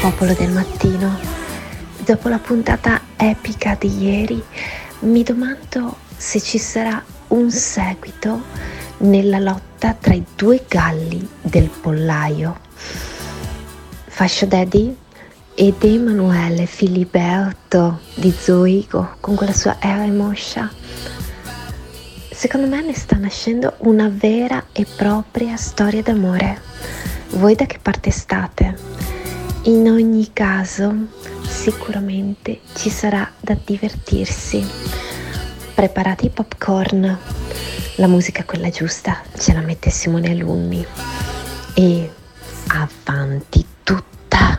popolo del mattino. Dopo la puntata epica di ieri, mi domando se ci sarà un seguito nella lotta tra i due galli del pollaio. Fascio Daddy ed Emanuele Filiberto di Zoigo con quella sua R moscia. Secondo me ne sta nascendo una vera e propria storia d'amore. Voi da che parte state? In ogni caso, sicuramente ci sarà da divertirsi. Preparate i popcorn. La musica quella giusta ce la mette Simone Alunni. E avanti tutta!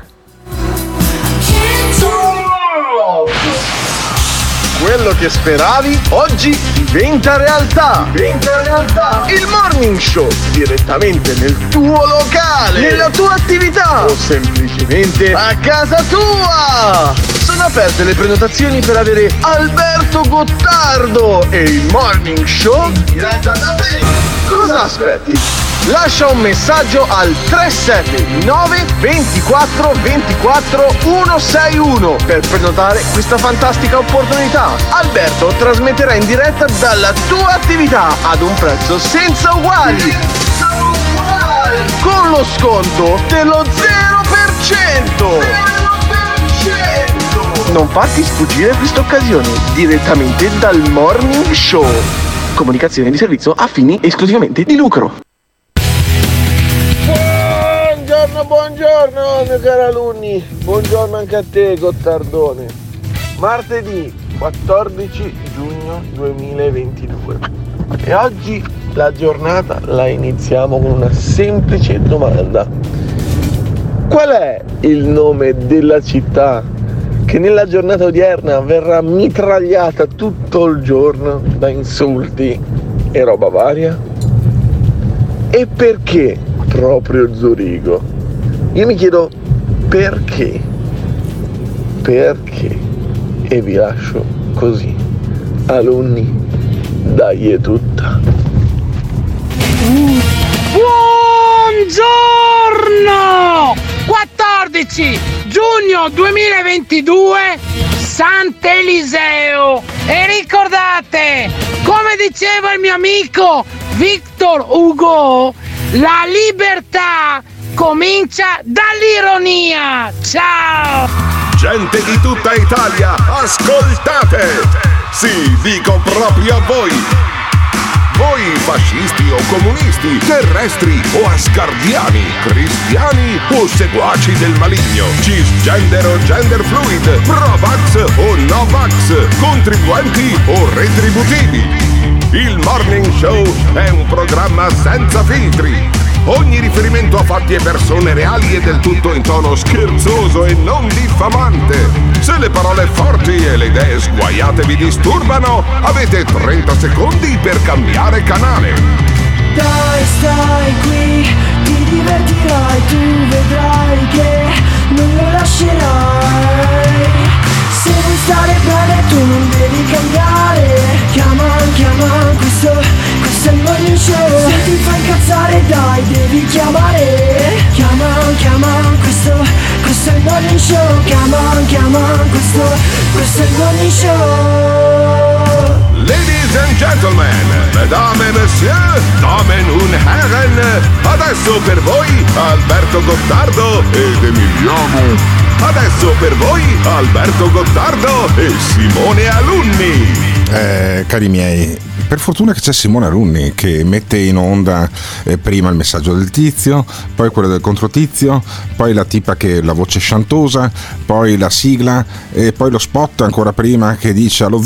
Quello che speravi oggi diventa realtà. Il Morning Show direttamente nel tuo locale, nella tua attività o semplicemente a casa tua. Sono aperte le prenotazioni per avere Alberto Gottardo e il Morning Show in diretta da te. Cosa aspetti? Lascia un messaggio al 379 24 24 161 per prenotare questa fantastica opportunità. Alberto trasmetterà in diretta dalla tua attività ad un prezzo senza uguali. Con lo sconto dello 0%. Non farti sfuggire questa occasione direttamente dal Morning Show. Comunicazione di servizio a fini esclusivamente di lucro. Buongiorno mio caro alunni, buongiorno anche a te Gottardone. Martedì 14 giugno 2022 e oggi la giornata la iniziamo con una semplice domanda. Qual è il nome della città che nella giornata odierna verrà mitragliata tutto il giorno da insulti e roba varia? E perché proprio Zurigo? Io mi chiedo perché? Perché? E vi lascio così. Alunni, dai è tutta. Buongiorno! 14 giugno 2022 Sant'Eliseo. E ricordate, come diceva il mio amico Victor Hugo, la libertà comincia dall'ironia. Ciao! Gente di tutta Italia, ascoltate! Sì, dico proprio a voi! Voi fascisti o comunisti, terrestri o asgardiani, cristiani o seguaci del maligno, cisgender o gender fluid, pro-vax o no-vax, contribuenti o retributivi. Il Morning Show è un programma senza filtri. Ogni riferimento a fatti e persone reali è del tutto in tono scherzoso e non diffamante. Se le parole forti e le idee sguaiate vi disturbano, avete 30 secondi per cambiare canale. Dai, stai qui, ti divertirai, tu vedrai che non lo lascerai. Se vuoi stare bene tu non devi cambiare. Chiama, questo è il Morning Show. Se ti fa incazzare dai, devi chiamare. Chiama, questo è il Morning Show. Chiama, questo è il Morning Show. Ladies and gentlemen, mesdames et messieurs, damen und herren, adesso per voi Alberto Gottardo ed Emiliano. Adesso per voi Alberto Gottardo e Simone Alunni. Cari miei, per fortuna che c'è Simone Alunni che mette in onda prima il messaggio del tizio, poi quello del controtizio, poi la tipa che la voce sciantosa, poi la sigla e poi lo spot ancora prima che dice allo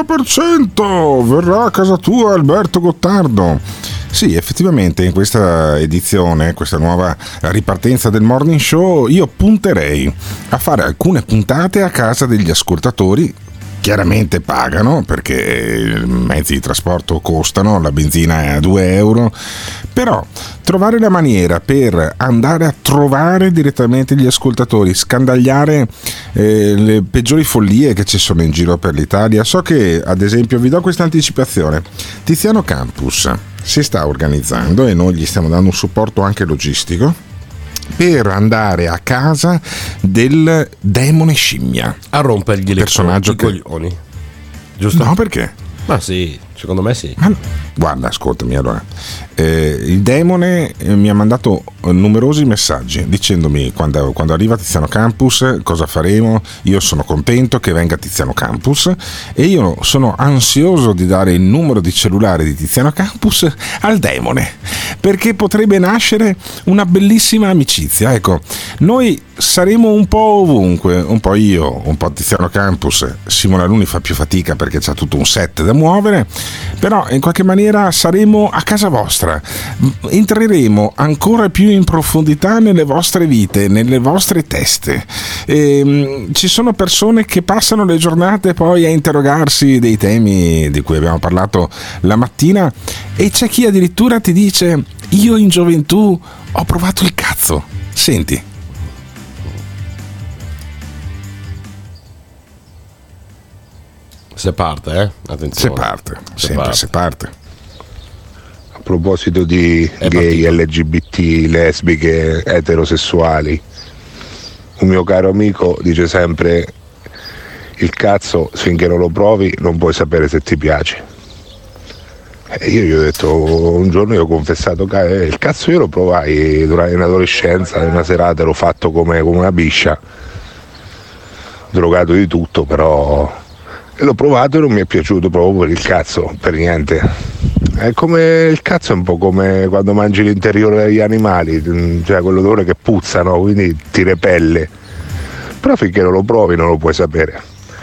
0% verrà a casa tua Alberto Gottardo. Sì, effettivamente in questa edizione, questa nuova ripartenza del Morning Show, io punterei a fare alcune puntate a casa degli ascoltatori. Chiaramente pagano perché i mezzi di trasporto costano, la benzina è a 2 euro, però trovare la maniera per andare a trovare direttamente gli ascoltatori, scandagliare le peggiori follie che ci sono in giro per l'Italia. So che, ad esempio, vi do questa anticipazione: Tiziano Campus si sta organizzando e noi gli stiamo dando un supporto anche logistico per andare a casa del demone scimmia. A rompergli le personaggio coglioni. Giusto? No, perché? Ma sì, secondo me sì. Guarda, ascoltami allora. Il demone mi ha mandato numerosi messaggi dicendomi quando arriva Tiziano Campus cosa faremo. Io sono contento che venga Tiziano Campus e io sono ansioso di dare il numero di cellulare di Tiziano Campus al demone, perché potrebbe nascere una bellissima amicizia. Ecco, noi saremo un po' ovunque, un po' io, un po' Tiziano Campus. Simone Alunni fa più fatica perché c'ha tutto un set da muovere, però in qualche maniera saremo a casa vostra. Entreremo ancora più in profondità nelle vostre vite, nelle vostre teste. Ci sono persone che passano le giornate poi a interrogarsi dei temi di cui abbiamo parlato la mattina, e c'è chi addirittura ti dice: io in gioventù ho provato il cazzo. Senti. Se parte, attenzione. Se parte. A proposito di gay, LGBT, lesbiche, eterosessuali, un mio caro amico dice sempre: il cazzo finché non lo provi non puoi sapere se ti piace. E io gli ho detto, un giorno io ho confessato che il cazzo io lo provai durante l'adolescenza, in una serata ero fatto come una biscia, drogato di tutto, però l'ho provato e non mi è piaciuto proprio per il cazzo, per niente. È come il cazzo, è un po' come quando mangi l'interiore degli animali, cioè quell'odore che puzza, no? Quindi ti repelle, però finché non lo provi non lo puoi sapere.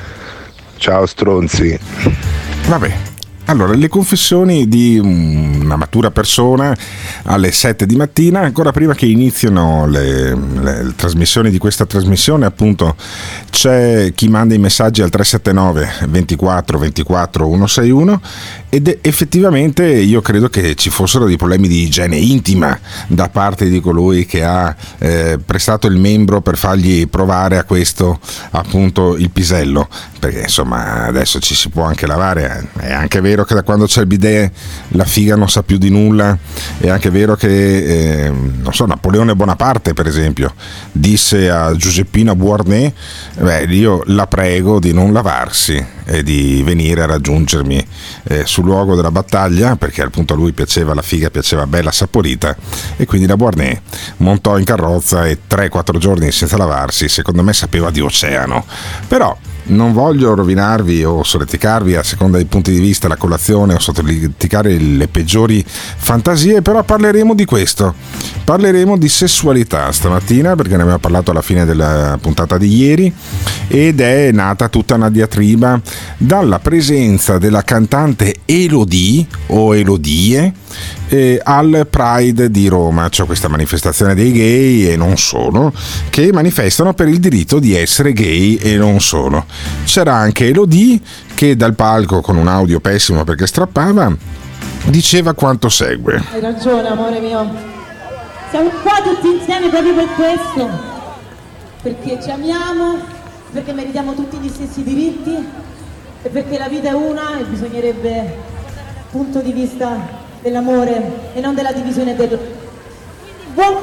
Ciao stronzi. Vabbè, allora le confessioni di una matura persona alle 7 di mattina, ancora prima che iniziano le trasmissioni di questa trasmissione. Appunto c'è chi manda i messaggi al 379 24 24 161 ed effettivamente io credo che ci fossero dei problemi di igiene intima da parte di colui che ha prestato il membro per fargli provare a questo appunto il pisello, perché insomma adesso ci si può anche lavare. È anche vero che da quando c'è il bidet la figa non sa più di nulla. È anche vero che non so, Napoleone Bonaparte per esempio disse a Giuseppina Beauharnais: io la prego di non lavarsi e di venire a raggiungermi sul luogo della battaglia, perché appunto a lui piaceva la figa, piaceva bella saporita, e quindi la Beauharnais montò in carrozza e 3-4 giorni senza lavarsi secondo me sapeva di oceano. Però non voglio rovinarvi o solleticarvi a seconda dei punti di vista la colazione o solleticar le peggiori fantasie, però parleremo di questo, parleremo di sessualità stamattina, perché ne abbiamo parlato alla fine della puntata di ieri ed è nata tutta una diatriba dalla presenza della cantante Elodie o Elodie al Pride di Roma. C'è questa manifestazione dei gay e non solo, che manifestano per il diritto di essere gay e non solo. C'era anche Elodie che dal palco, con un audio pessimo perché strappava, diceva quanto segue: hai ragione amore mio, siamo qua tutti insieme proprio per questo, perché ci amiamo, perché meritiamo tutti gli stessi diritti e perché la vita è una e bisognerebbe punto di vista dell'amore e non della divisione del... Buon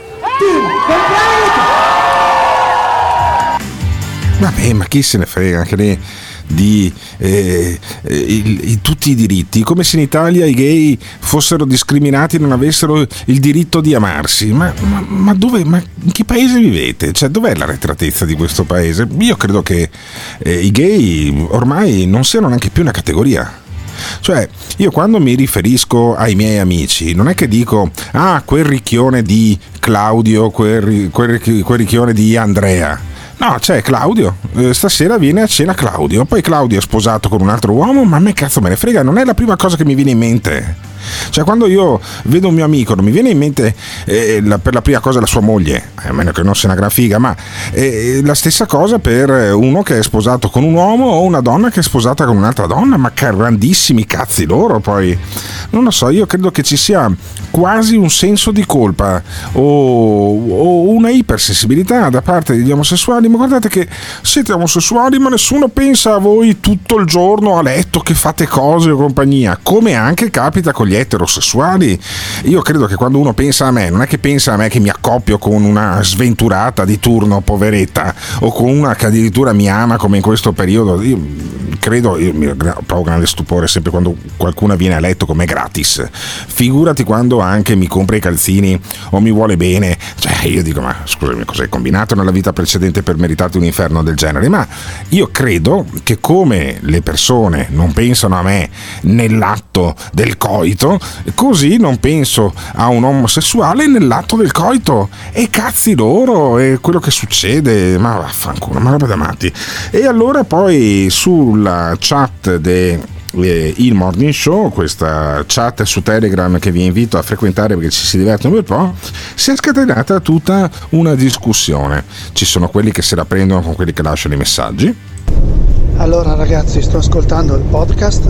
Vabbè, ma chi se ne frega anche lei di tutti i diritti, come se in Italia i gay fossero discriminati e non avessero il diritto di amarsi. Ma dove, ma in che paese vivete? Cioè, dov'è l'arretratezza di questo paese? Io credo che i gay ormai non siano neanche più una categoria. Cioè, io quando mi riferisco ai miei amici non è che dico quel ricchione di Claudio, quel ricchione di Andrea. No, c'è Claudio, stasera viene a cena Claudio, poi Claudio è sposato con un altro uomo, ma a me cazzo me ne frega, non è la prima cosa che mi viene in mente. Cioè, quando io vedo un mio amico non mi viene in mente per la prima cosa la sua moglie, a meno che non sia una gran figa, ma la stessa cosa per uno che è sposato con un uomo o una donna che è sposata con un'altra donna, ma grandissimi cazzi loro. Poi non lo so, io credo che ci sia quasi un senso di colpa o una ipersensibilità da parte degli omosessuali. Ma guardate che siete omosessuali, ma nessuno pensa a voi tutto il giorno a letto che fate cose o compagnia, come anche capita con gli eterosessuali. Io credo che quando uno pensa a me, non è che pensa a me che mi accoppio con una sventurata di turno poveretta o con una che addirittura mi ama come in questo periodo. Io provo grande stupore sempre quando qualcuno viene a letto con me gratis, figurati quando anche mi compra i calzini o mi vuole bene. Cioè io dico, ma scusami, cosa hai combinato nella vita precedente per meritarti un inferno del genere? Ma io credo che come le persone non pensano a me nell'atto del coito, così non penso a un omosessuale nell'atto del coito, e cazzi loro, e quello che succede, ma vaffanculo, ma roba da matti. E allora poi sulla chat il Morning Show, questa chat su Telegram che vi invito a frequentare perché ci si diverte un bel po', si è scatenata tutta una discussione. Ci sono quelli che se la prendono con quelli che lasciano i messaggi. Allora ragazzi, sto ascoltando il podcast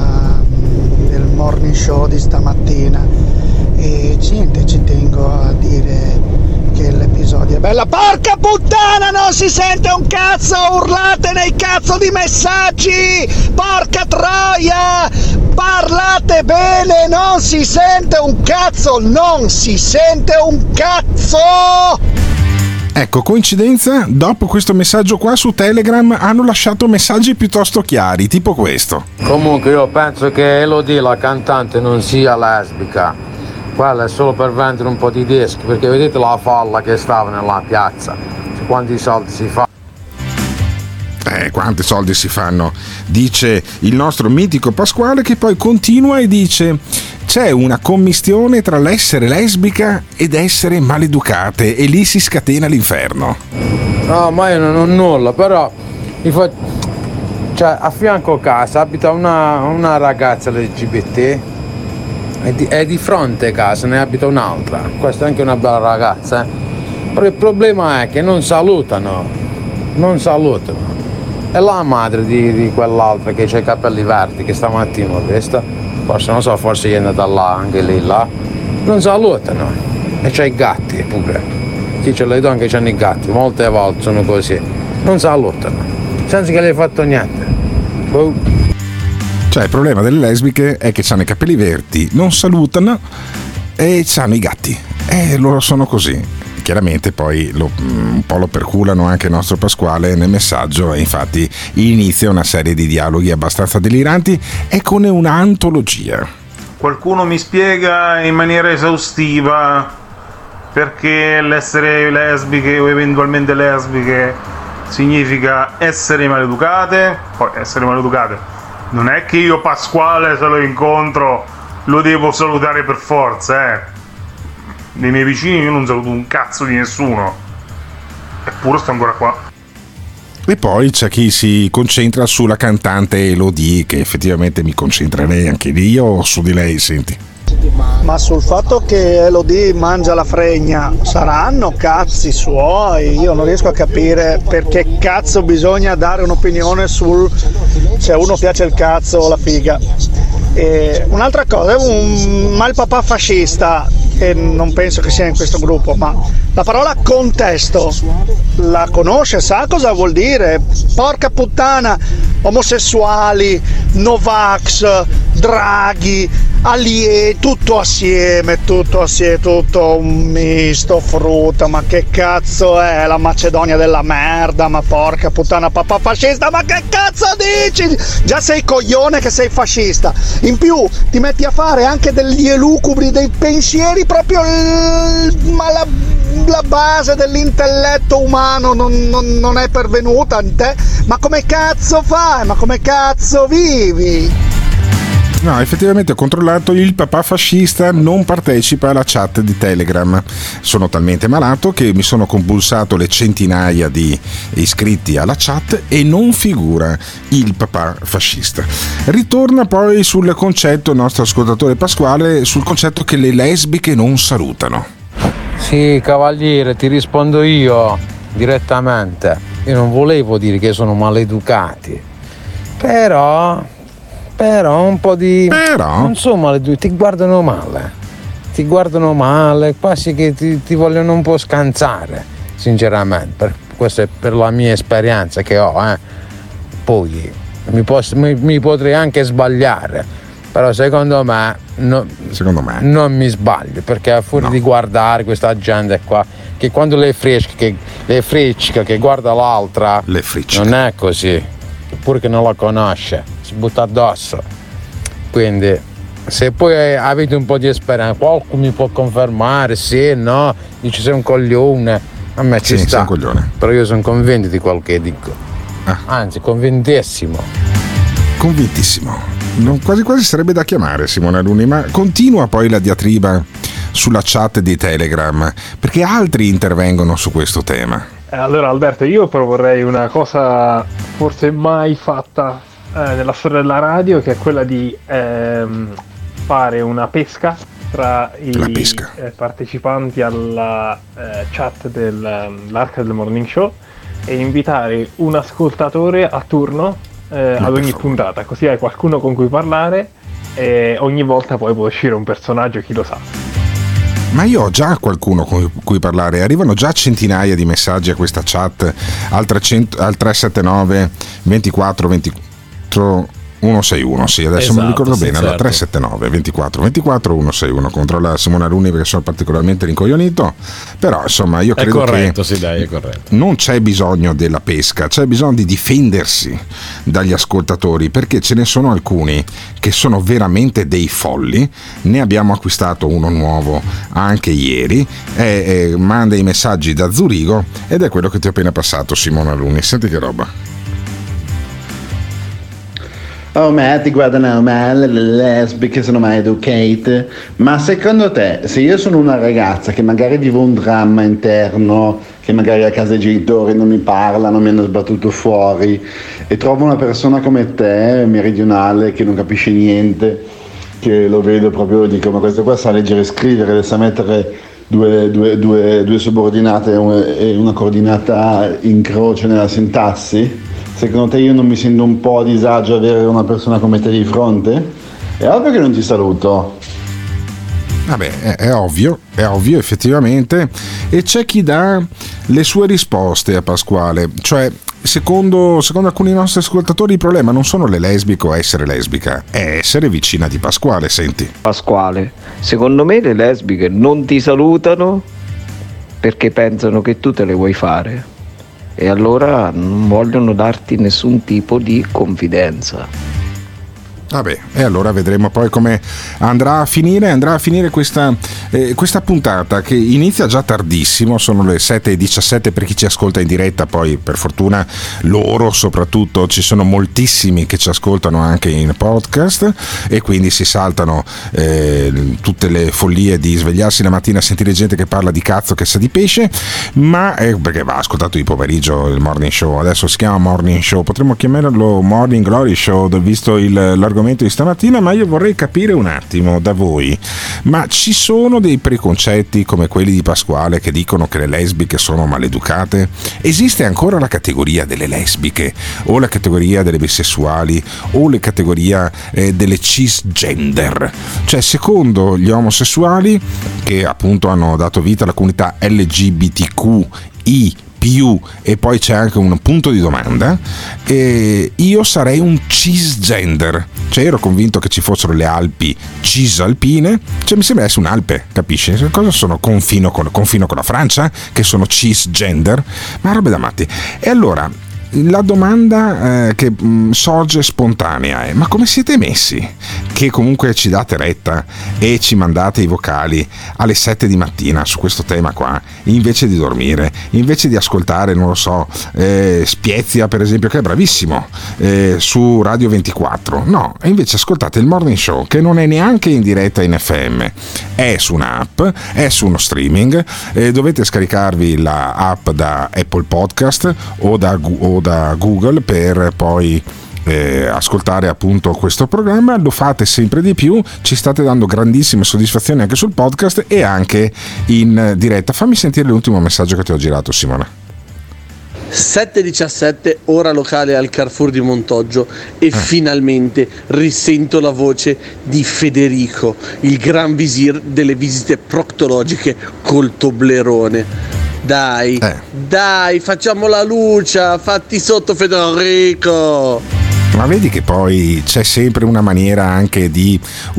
del Morning Show di stamattina e niente, ci tengo a dire che l'episodio è bella. Porca puttana, non si sente un cazzo, urlate nei cazzo di messaggi, porca troia, parlate bene, non si sente un cazzo, non si sente un cazzo. Ecco, coincidenza, dopo questo messaggio qua su Telegram hanno lasciato messaggi piuttosto chiari, tipo questo. Comunque io penso che Elodie, la cantante, non sia lesbica. Quella è solo per vendere un po' di dischi, perché vedete la folla che stava nella piazza, quanti soldi si fa. Quanti soldi si fanno, dice il nostro mitico Pasquale, che poi continua e dice: c'è una commistione tra l'essere lesbica ed essere maleducate e lì si scatena l'inferno. No, ma io non ho nulla, però cioè, a fianco a casa abita una ragazza LGBT e di fronte a casa ne abita un'altra. Questa è anche una bella ragazza, però il problema è che non salutano. È la madre di quell'altra che ha i capelli verdi, che stamattina ho visto, forse non so, forse è andata là, anche lì là, non salutano. E c'è i gatti pure, chi ce le donne che c'hanno i gatti, molte volte sono così, non salutano, senza che gli hai fatto niente. Cioè il problema delle lesbiche è che hanno i capelli verdi, non salutano e hanno i gatti, e loro sono così. Chiaramente poi un po' lo perculano anche il nostro Pasquale nel messaggio, e infatti inizia una serie di dialoghi abbastanza deliranti e con un'antologia. Qualcuno mi spiega in maniera esaustiva perché l'essere lesbiche o eventualmente lesbiche significa essere maleducate? Poi essere maleducate non è che io Pasquale, se lo incontro, lo devo salutare per forza, Nei miei vicini io non saluto un cazzo di nessuno, eppure sto ancora qua. E poi c'è chi si concentra sulla cantante Elodie, che effettivamente mi concentrerei anche io su di lei, senti. Ma sul fatto che Elodie mangia la fregna saranno cazzi suoi, io non riesco a capire perché cazzo bisogna dare un'opinione sul se a uno piace il cazzo o la figa. E un'altra cosa, ma il papà fascista, e non penso che sia in questo gruppo, ma la parola contesto la conosce, sa cosa vuol dire? Porca puttana, omosessuali, Novax, Draghi, Alie, tutto assieme, tutto un misto, frutta, ma che cazzo è la Macedonia della merda, ma porca puttana, papà fascista, ma che cazzo dici? Già sei coglione che sei fascista, in più ti metti a fare anche degli elucubri, dei pensieri proprio, ma la base dell'intelletto umano non è pervenuta in te, ma come cazzo fai, ma come cazzo vivi? No, effettivamente ho controllato, il papà fascista non partecipa alla chat di Telegram. Sono talmente malato che mi sono compulsato le centinaia di iscritti alla chat e non figura il papà fascista. Ritorna poi sul concetto, il nostro ascoltatore Pasquale, sul concetto che le lesbiche non salutano. Sì, cavaliere, ti rispondo io direttamente. Io non volevo dire che sono maleducati, però un po' di... non sono maleducati, ti guardano male, quasi che ti vogliono un po' scansare, sinceramente, questa è per la mia esperienza che ho, Poi mi potrei anche sbagliare, Però secondo me non mi sbaglio, perché a fuori di guardare questa gente qua, che quando le fricca che guarda l'altra, non è così, pure che non la conosce, si butta addosso. Quindi se poi avete un po' di esperienza, qualcuno mi può confermare, sì, no, dice sei un coglione, a me ci sta, però io sono convinto di quel che dico, anzi convintissimo. Quasi quasi sarebbe da chiamare Simone Alunni, ma continua poi la diatriba sulla chat di Telegram, perché altri intervengono su questo tema. Allora Alberto, io proporrei una cosa forse mai fatta nella storia della radio, che è quella di fare una pesca tra i partecipanti alla chat dell'Arca del Morning Show e invitare un ascoltatore a turno ad ogni puntata, così hai qualcuno con cui parlare e ogni volta poi può uscire un personaggio, chi lo sa. Ma io ho già qualcuno con cui parlare, arrivano già centinaia di messaggi a questa chat al 379 24 24 161, sì, adesso me lo ricordo bene, allora 379 24 24 161, controlla Simone Alunni perché sono particolarmente rincoglionito, però insomma io credo che è corretto. Non c'è bisogno della pesca, c'è bisogno di difendersi dagli ascoltatori, perché ce ne sono alcuni che sono veramente dei folli. Ne abbiamo acquistato uno nuovo anche ieri, manda i messaggi da Zurigo ed è quello che ti ho appena passato, Simone Alunni. Senti che roba. Oh Matt, ti guardano male le lesbiche, sono mai educate. Ma secondo te, se io sono una ragazza che magari vivo un dramma interno, che magari a casa i genitori non mi parlano, mi hanno sbattuto fuori, e trovo una persona come te, meridionale, che non capisce niente, che lo vedo proprio e dico, ma questo qua sa leggere e scrivere, sa mettere due subordinate e una coordinata in croce nella sintassi. Secondo te io non mi sento un po' a disagio avere una persona come te di fronte? È ovvio che non ti saluto. Vabbè, è ovvio effettivamente, e c'è chi dà le sue risposte a Pasquale, cioè secondo alcuni nostri ascoltatori il problema non sono le lesbiche o essere lesbica, è essere vicina di Pasquale. Senti Pasquale, secondo me le lesbiche non ti salutano perché pensano che tu te le vuoi fare e allora non vogliono darti nessun tipo di confidenza. Vabbè, e allora vedremo poi come andrà a finire questa puntata, che inizia già tardissimo, sono le 7:17 per chi ci ascolta in diretta, poi per fortuna loro soprattutto, ci sono moltissimi che ci ascoltano anche in podcast e quindi si saltano tutte le follie di svegliarsi la mattina a sentire gente che parla di cazzo che sa di pesce, ma perché va ascoltato di pomeriggio il morning show, adesso si chiama morning show, potremmo chiamarlo morning glory show visto l'argomento di stamattina, ma io vorrei capire un attimo da voi, ma ci sono dei preconcetti come quelli di Pasquale che dicono che le lesbiche sono maleducate? Esiste ancora la categoria delle lesbiche o la categoria delle bisessuali o la categoria delle cisgender? Cioè, secondo gli omosessuali, che appunto hanno dato vita alla comunità LGBTQI+, e poi c'è anche un punto di domanda, io sarei un cisgender, cioè ero convinto che ci fossero le Alpi cisalpine, cioè mi sembra essere un'Alpe, capisci? Cosa sono? Confino con la Francia, che sono cisgender, ma robe da matti. E allora la domanda che sorge spontanea è: ma come siete messi? Che comunque ci date retta e ci mandate i vocali alle 7 di mattina su questo tema qua, invece di dormire, invece di ascoltare, non lo so, Spiezia per esempio, che è bravissimo, su Radio 24, no, e invece ascoltate il morning show, che non è neanche in diretta in FM, è su un'app, è su uno streaming, dovete scaricarvi la app da Apple Podcast o da Google per poi ascoltare appunto questo programma. Lo fate sempre di più, ci state dando grandissime soddisfazioni anche sul podcast e anche in diretta. Fammi sentire l'ultimo messaggio che ti ho girato, Simona. 7:17, ora locale al Carrefour di Montoggio e finalmente risento la voce di Federico, il gran visir delle visite proctologiche col Toblerone. Dai, facciamo la luce, fatti sotto Federico. Ma vedi che poi c'è sempre una maniera anche di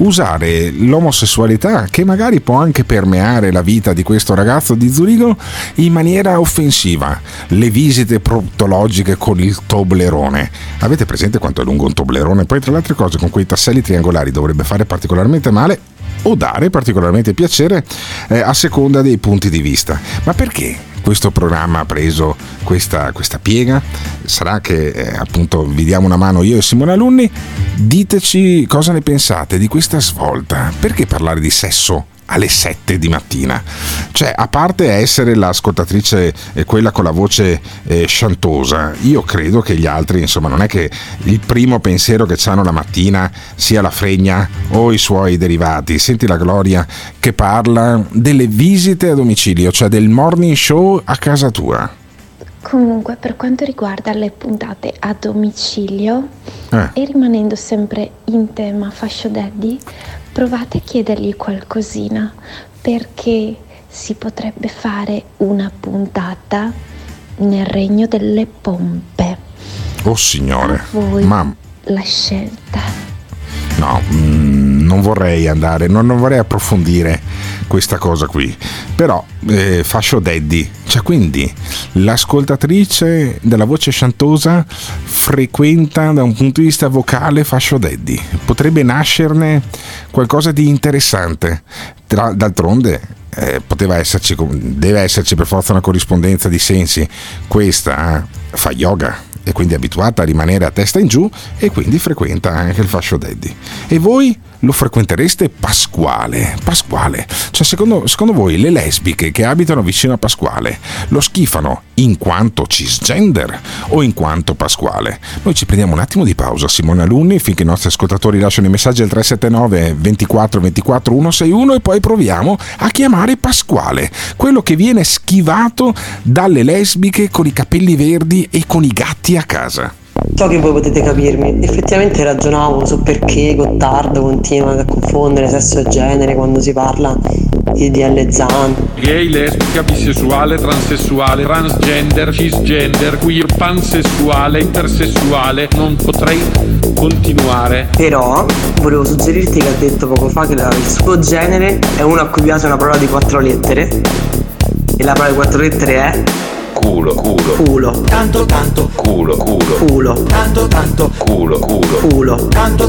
usare l'omosessualità, che magari può anche permeare la vita di questo ragazzo di Zurigo, in maniera offensiva. Le visite proctologiche con il Toblerone. Avete presente quanto è lungo un Toblerone? Poi tra le altre cose con quei tasselli triangolari dovrebbe fare particolarmente male o dare particolarmente piacere a seconda dei punti di vista. Ma perché questo programma ha preso questa piega? Sarà che appunto vi diamo una mano io e Simone Alunni? Diteci cosa ne pensate di questa svolta. Perché parlare di sesso alle 7 di mattina? Cioè, a parte essere l'ascoltatrice quella con la voce sciantosa, io credo che gli altri, insomma, non è che il primo pensiero che hanno la mattina sia la fregna o i suoi derivati. Senti la Gloria che parla delle visite a domicilio, cioè del morning show a casa tua. Comunque, per quanto riguarda le puntate a domicilio, e rimanendo sempre in tema fascio daddy, provate a chiedergli qualcosina, perché si potrebbe fare una puntata nel regno delle pompe. Oh signore, a voi la scelta. No, non vorrei andare, non vorrei approfondire questa cosa qui, però fascio daddy, cioè quindi l'ascoltatrice della voce sciantosa frequenta da un punto di vista vocale fascio daddy, potrebbe nascerne qualcosa di interessante. D'altronde poteva esserci, deve esserci per forza una corrispondenza di sensi. Questa fa yoga e quindi è abituata a rimanere a testa in giù e quindi frequenta anche il fascio daddy. E voi lo frequentereste Pasquale? Cioè secondo voi le lesbiche che abitano vicino a Pasquale lo schifano in quanto cisgender o in quanto Pasquale? Noi ci prendiamo un attimo di pausa, Simone Alunni, finché i nostri ascoltatori lasciano i messaggi al 379 24 24 161 e poi proviamo a chiamare Pasquale, quello che viene schivato dalle lesbiche con i capelli verdi e con i gatti a casa. So che voi potete capirmi, effettivamente ragionavo su perché Gottardo continua a confondere sesso e genere quando si parla di DL Zan. Gay, lesbica, bisessuale, transessuale, transgender, cisgender, queer, pansessuale, intersessuale, non potrei continuare. Però volevo suggerirti che ha detto poco fa che il suo genere è uno a cui piace una parola di 4 lettere e la parola di 4 lettere è culo. Tanto Culo. Tanto Culo.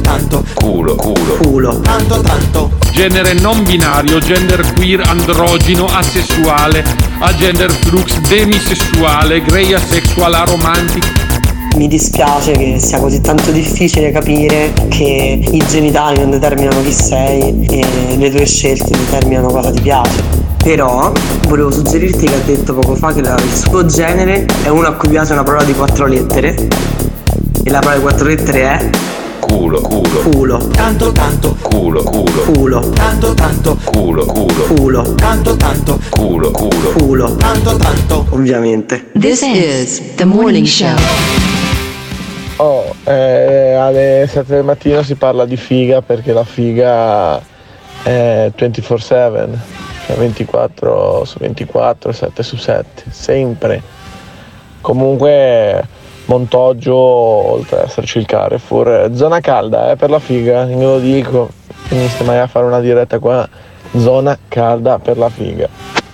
Tanto Genere non binario, gender queer, androgino, asessuale, agender flux, demisessuale, grey asexual, aromantic. Mi dispiace che sia così tanto difficile capire che i genitali non determinano chi sei e le tue scelte determinano cosa ti piace. Però volevo suggerirti che ha detto poco fa che il suo genere è uno a cui piace una parola di 4 lettere e la parola di 4 lettere è culo. Tanto Culo. Tanto Culo. Tanto ovviamente. This is the morning show. Alle 7 del mattino si parla di figa perché la figa è 24/7. 24 su 24, 7 su 7, sempre. Comunque Montoggio, oltre ad esserci il Carrefour, zona calda per la figa, io lo dico, finiste mai a fare una diretta qua, zona calda per la figa.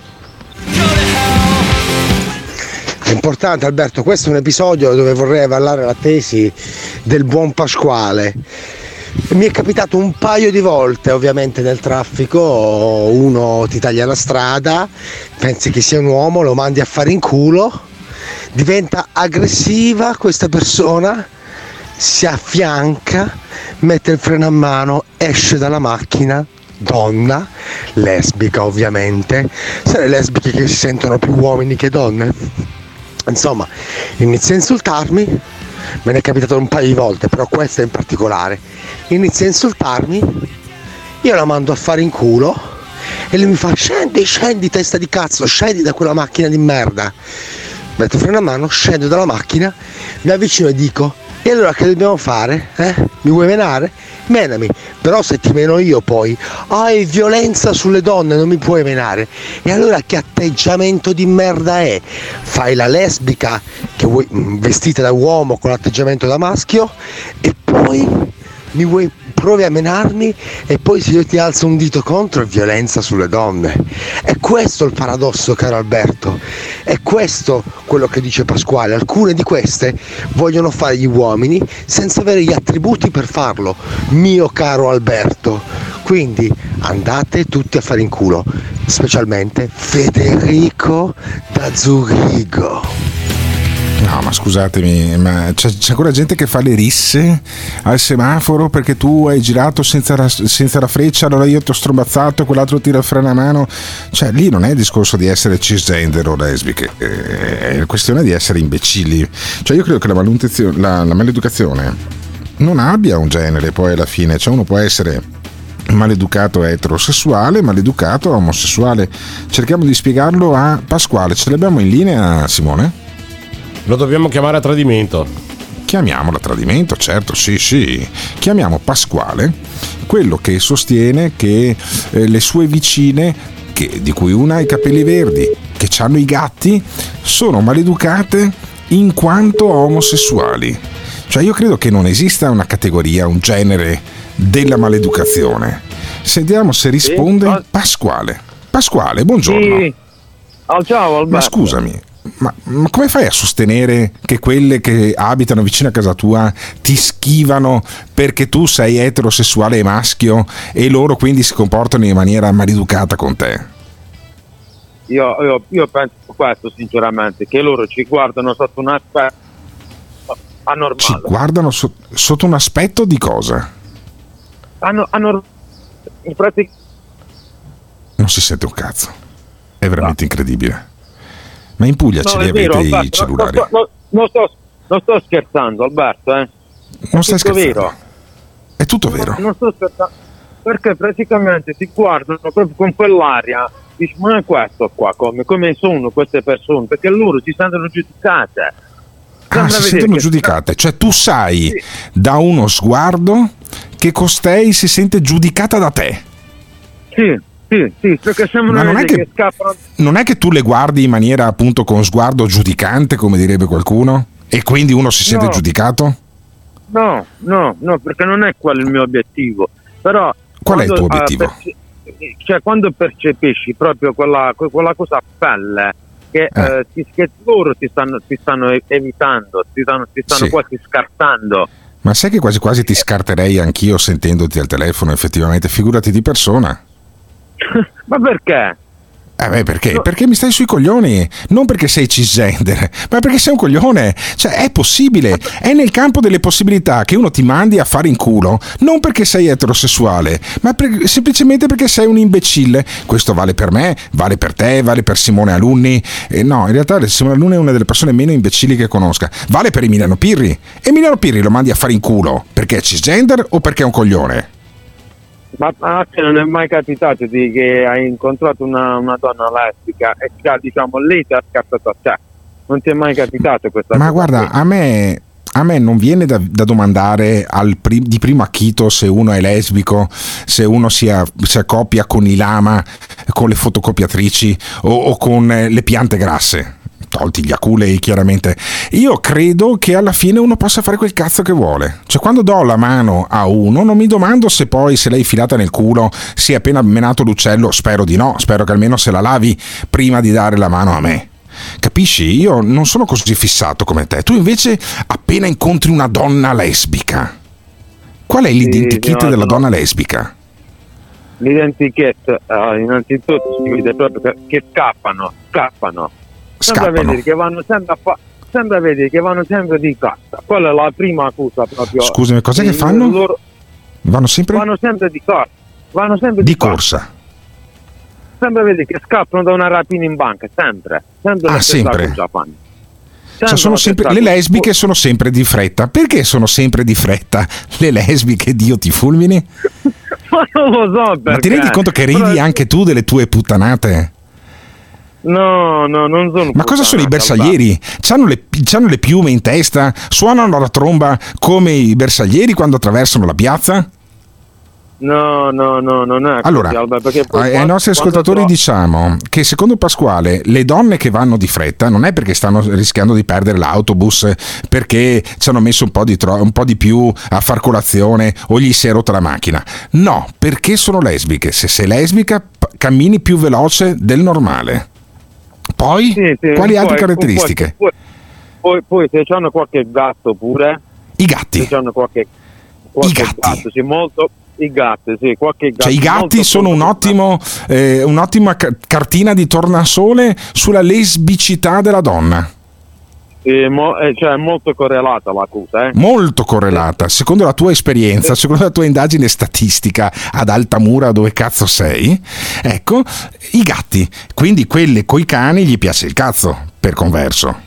È importante, Alberto, questo è un episodio dove vorrei avallare la tesi del buon Pasquale. Mi è capitato un paio di volte, ovviamente nel traffico, uno ti taglia la strada, pensi che sia un uomo, lo mandi a fare in culo, diventa aggressiva questa persona, si affianca, mette il freno a mano, esce dalla macchina, donna, lesbica ovviamente, sai le lesbiche che si sentono più uomini che donne? Insomma, inizia a insultarmi. Me ne è capitato un paio di volte, però questa in particolare. Inizia a insultarmi, io la mando a fare in culo e lei mi fa scendi testa di cazzo, scendi da quella macchina di merda. Metto freno a mano, scendo dalla macchina, mi avvicino e dico: e allora che dobbiamo fare? Mi vuoi menare? menami, però se ti meno io poi, è violenza sulle donne, non mi puoi menare. E allora che atteggiamento di merda è? Fai la lesbica che vuoi, vestita da uomo con l'atteggiamento da maschio, e poi provi a menarmi, e poi se io ti alzo un dito contro è violenza sulle donne. È questo il paradosso, caro Alberto, è questo quello che dice Pasquale. Alcune di queste vogliono fare gli uomini senza avere gli attributi per farlo, mio caro Alberto. Quindi andate tutti a fare in culo, specialmente Federico da Zurigo. No, ma scusatemi, ma c'è ancora gente che fa le risse al semaforo perché tu hai girato senza la freccia, allora io ti ho strombazzato e quell'altro tira il freno a mano. Cioè, lì non è il discorso di essere cisgender o lesbiche, è questione di essere imbecilli. Cioè, io credo che la maleducazione non abbia un genere poi alla fine. Cioè, uno può essere maleducato eterosessuale, maleducato omosessuale. Cerchiamo di spiegarlo a Pasquale. Ce l'abbiamo in linea, Simone? Lo dobbiamo chiamare a tradimento. Chiamiamolo a tradimento, certo, sì. Chiamiamo Pasquale, quello che sostiene che le sue vicine, di cui una ha i capelli verdi, che hanno i gatti, sono maleducate in quanto omosessuali. Cioè, io credo che non esista una categoria, un genere della maleducazione. Sentiamo se risponde Pasquale. Pasquale, buongiorno. Sì. Oh, ciao Alberto. Ma scusami, ma come fai a sostenere che quelle che abitano vicino a casa tua ti schivano perché tu sei eterosessuale e maschio e loro quindi si comportano in maniera maleducata con te? Io penso questo sinceramente, che loro ci guardano sotto un aspetto anormale. Ci guardano sotto un aspetto di cosa? In pratica non si sente un cazzo, è veramente incredibile. Ma in Puglia ce li avete Alberto, i cellulari? Non sto scherzando, Alberto, Non stai scherzando? Vero. È tutto vero. Non sto scherzando, perché praticamente ti guardano proprio con quell'aria, dici, ma è questo qua, come sono queste persone? Perché loro si sentono giudicate. Si sentono giudicate, cioè tu sai da uno sguardo che costei si sente giudicata da te. Sì, perché sembrano che scappano. Non è che tu le guardi in maniera appunto con sguardo giudicante, come direbbe qualcuno, e quindi uno si sente giudicato? No, perché non è quello il mio obiettivo. Però qual è il tuo obiettivo? Cioè, quando percepisci proprio quella cosa a pelle che loro ti stanno evitando, ti stanno quasi scartando. Ma sai che quasi quasi ti scarterei anch'io sentendoti al telefono, effettivamente, figurati di persona. Ma perché? Perché? No. Perché mi stai sui coglioni, non perché sei cisgender, ma perché sei un coglione. Cioè, è possibile, è nel campo delle possibilità che uno ti mandi a fare in culo, non perché sei eterosessuale, ma semplicemente perché sei un imbecille. Questo vale per me, vale per te, vale per Simone Alunni. No, in realtà Simone Alunni è una delle persone meno imbecilli che conosca. Vale per Emiliano Pirri. Emiliano Pirri lo mandi a fare in culo perché è cisgender o perché è un coglione? Ma a te non è mai capitato che hai incontrato una donna lesbica e diciamo lei ti ha scartato a te? Non ti è mai capitato questa cosa? Ma guarda, a me non viene da domandare di primo acchito se uno è lesbico, se uno si accoppia con i lama, con le fotocopiatrici o con le piante grasse. Tolti gli aculei, chiaramente. Io credo che alla fine uno possa fare quel cazzo che vuole. Cioè, quando do la mano a uno non mi domando se poi, se l'hai filata nel culo, si è appena menato l'uccello. Spero di no, spero che almeno se la lavi prima di dare la mano a me. Capisci? Io non sono così fissato come te. Tu invece appena incontri una donna lesbica, qual è l'identikit della donna lesbica? L'identikit innanzitutto si vede proprio che scappano. Sembra vedere che vanno sempre di cassa. Quella è la prima accusa proprio. Scusami, cos'è che fanno? Vanno sempre di corsa. Vanno sempre di corsa. Sembra vedere che scappano da una rapina in banca, sempre. Sempre. Cioè, sono sempre, le lesbiche sono sempre di fretta. Perché sono sempre di fretta le lesbiche? Dio ti fulmini? Ma non lo so perché. Ma ti rendi conto che ridi anche tu delle tue puttanate? No, non sono. Ma cosa sono i bersaglieri? C'hanno le piume in testa? Suonano la tromba come i bersaglieri quando attraversano la piazza? No, non è allora, così, Alba, perché poi ai nostri ascoltatori diciamo che secondo Pasquale le donne che vanno di fretta non è perché stanno rischiando di perdere l'autobus, perché ci hanno messo un po' di più a far colazione o gli si è rotta la macchina. No, perché sono lesbiche. Se sei lesbica cammini più veloce del normale. Poi quali altre caratteristiche? Poi se hanno qualche gatto pure. I gatti. Se hanno qualche I gatti. Gatto, sì, molto. I gatti, sì, qualche gatto. Cioè i gatti sono un'ottima cartina di tornasole sulla lesbicità della donna. Cioè è molto correlata la cosa, Molto correlata, secondo la tua esperienza, secondo la tua indagine statistica ad Altamura, dove cazzo sei, ecco, i gatti, quindi quelle coi cani gli piace il cazzo, per converso.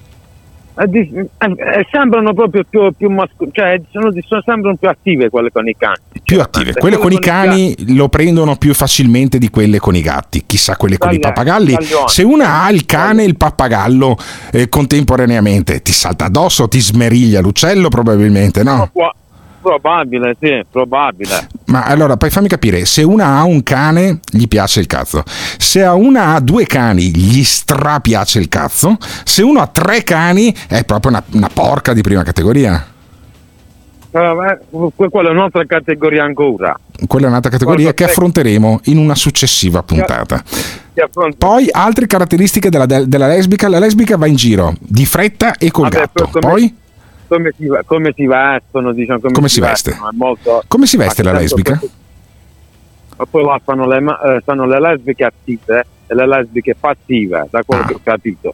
Sembrano proprio più mascolini, cioè sembrano più attive quelle con i cani. Più attive, quelle con i cani lo prendono più facilmente di quelle con i gatti, chissà quelle con i pappagalli. Se una ha il cane e il pappagallo contemporaneamente ti salta addosso, ti smeriglia l'uccello probabilmente, no? Probabile, sì, probabile. Ma allora, poi fammi capire, se una ha un cane gli piace il cazzo, se una ha 2 cani gli strapiace il cazzo, se uno ha 3 cani è proprio una porca di prima categoria. Quella è un'altra categoria ancora. Quella è un'altra categoria che affronteremo in una successiva puntata. Poi altre caratteristiche della lesbica. La lesbica va in giro di fretta e col gatto. Poi come si vestono, diciamo, come si veste? Come si veste la lesbica? Poi là stanno le lesbiche attive e le lesbiche passive, da quello che ho capito.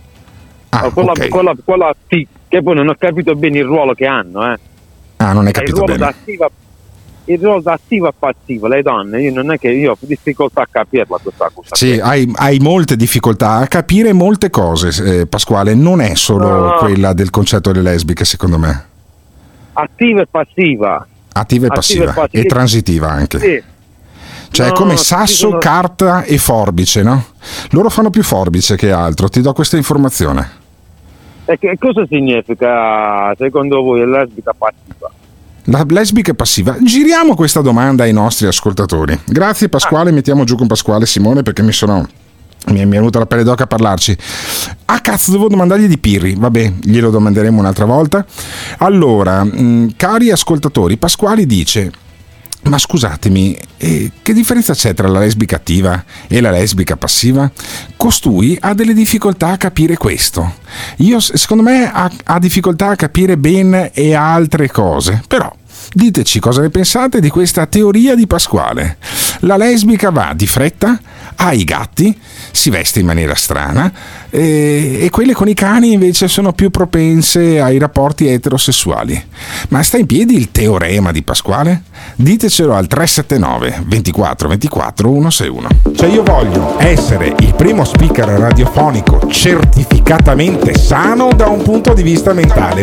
Quella che poi non ho capito bene il ruolo che hanno, non hai capito bene. Il ruolo da attiva e passiva, le donne, io ho difficoltà a capirla questa cosa. Sì, hai molte difficoltà a capire molte cose, Pasquale, non è solo quella del concetto delle lesbiche, secondo me. Attiva e passiva. Attiva e passiva. E transitiva anche. Sì. Cioè è come sasso, carta e forbice, no? Loro fanno più forbice che altro, ti do questa informazione. E che cosa significa secondo voi lesbica passiva? La lesbica è passiva. Giriamo questa domanda ai nostri ascoltatori. Grazie Pasquale, mettiamo giù con Pasquale Simone perché mi è venuta la pelle d'oca a parlarci. Cazzo, devo domandargli di Pirri. Vabbè, glielo domanderemo un'altra volta. Allora, cari ascoltatori, Pasquale dice: ma scusatemi, che differenza c'è tra la lesbica attiva e la lesbica passiva? Costui ha delle difficoltà a capire questo. Secondo me ha difficoltà a capire ben e altre cose. Però diteci cosa ne pensate di questa teoria di Pasquale. La lesbica va di fretta, ha i gatti, si veste in maniera strana e quelle con i cani invece sono più propense ai rapporti eterosessuali. Ma sta in piedi il teorema di Pasquale? Ditecelo al 379 24 24 161. Cioè io voglio essere il primo speaker radiofonico certificatamente sano da un punto di vista mentale.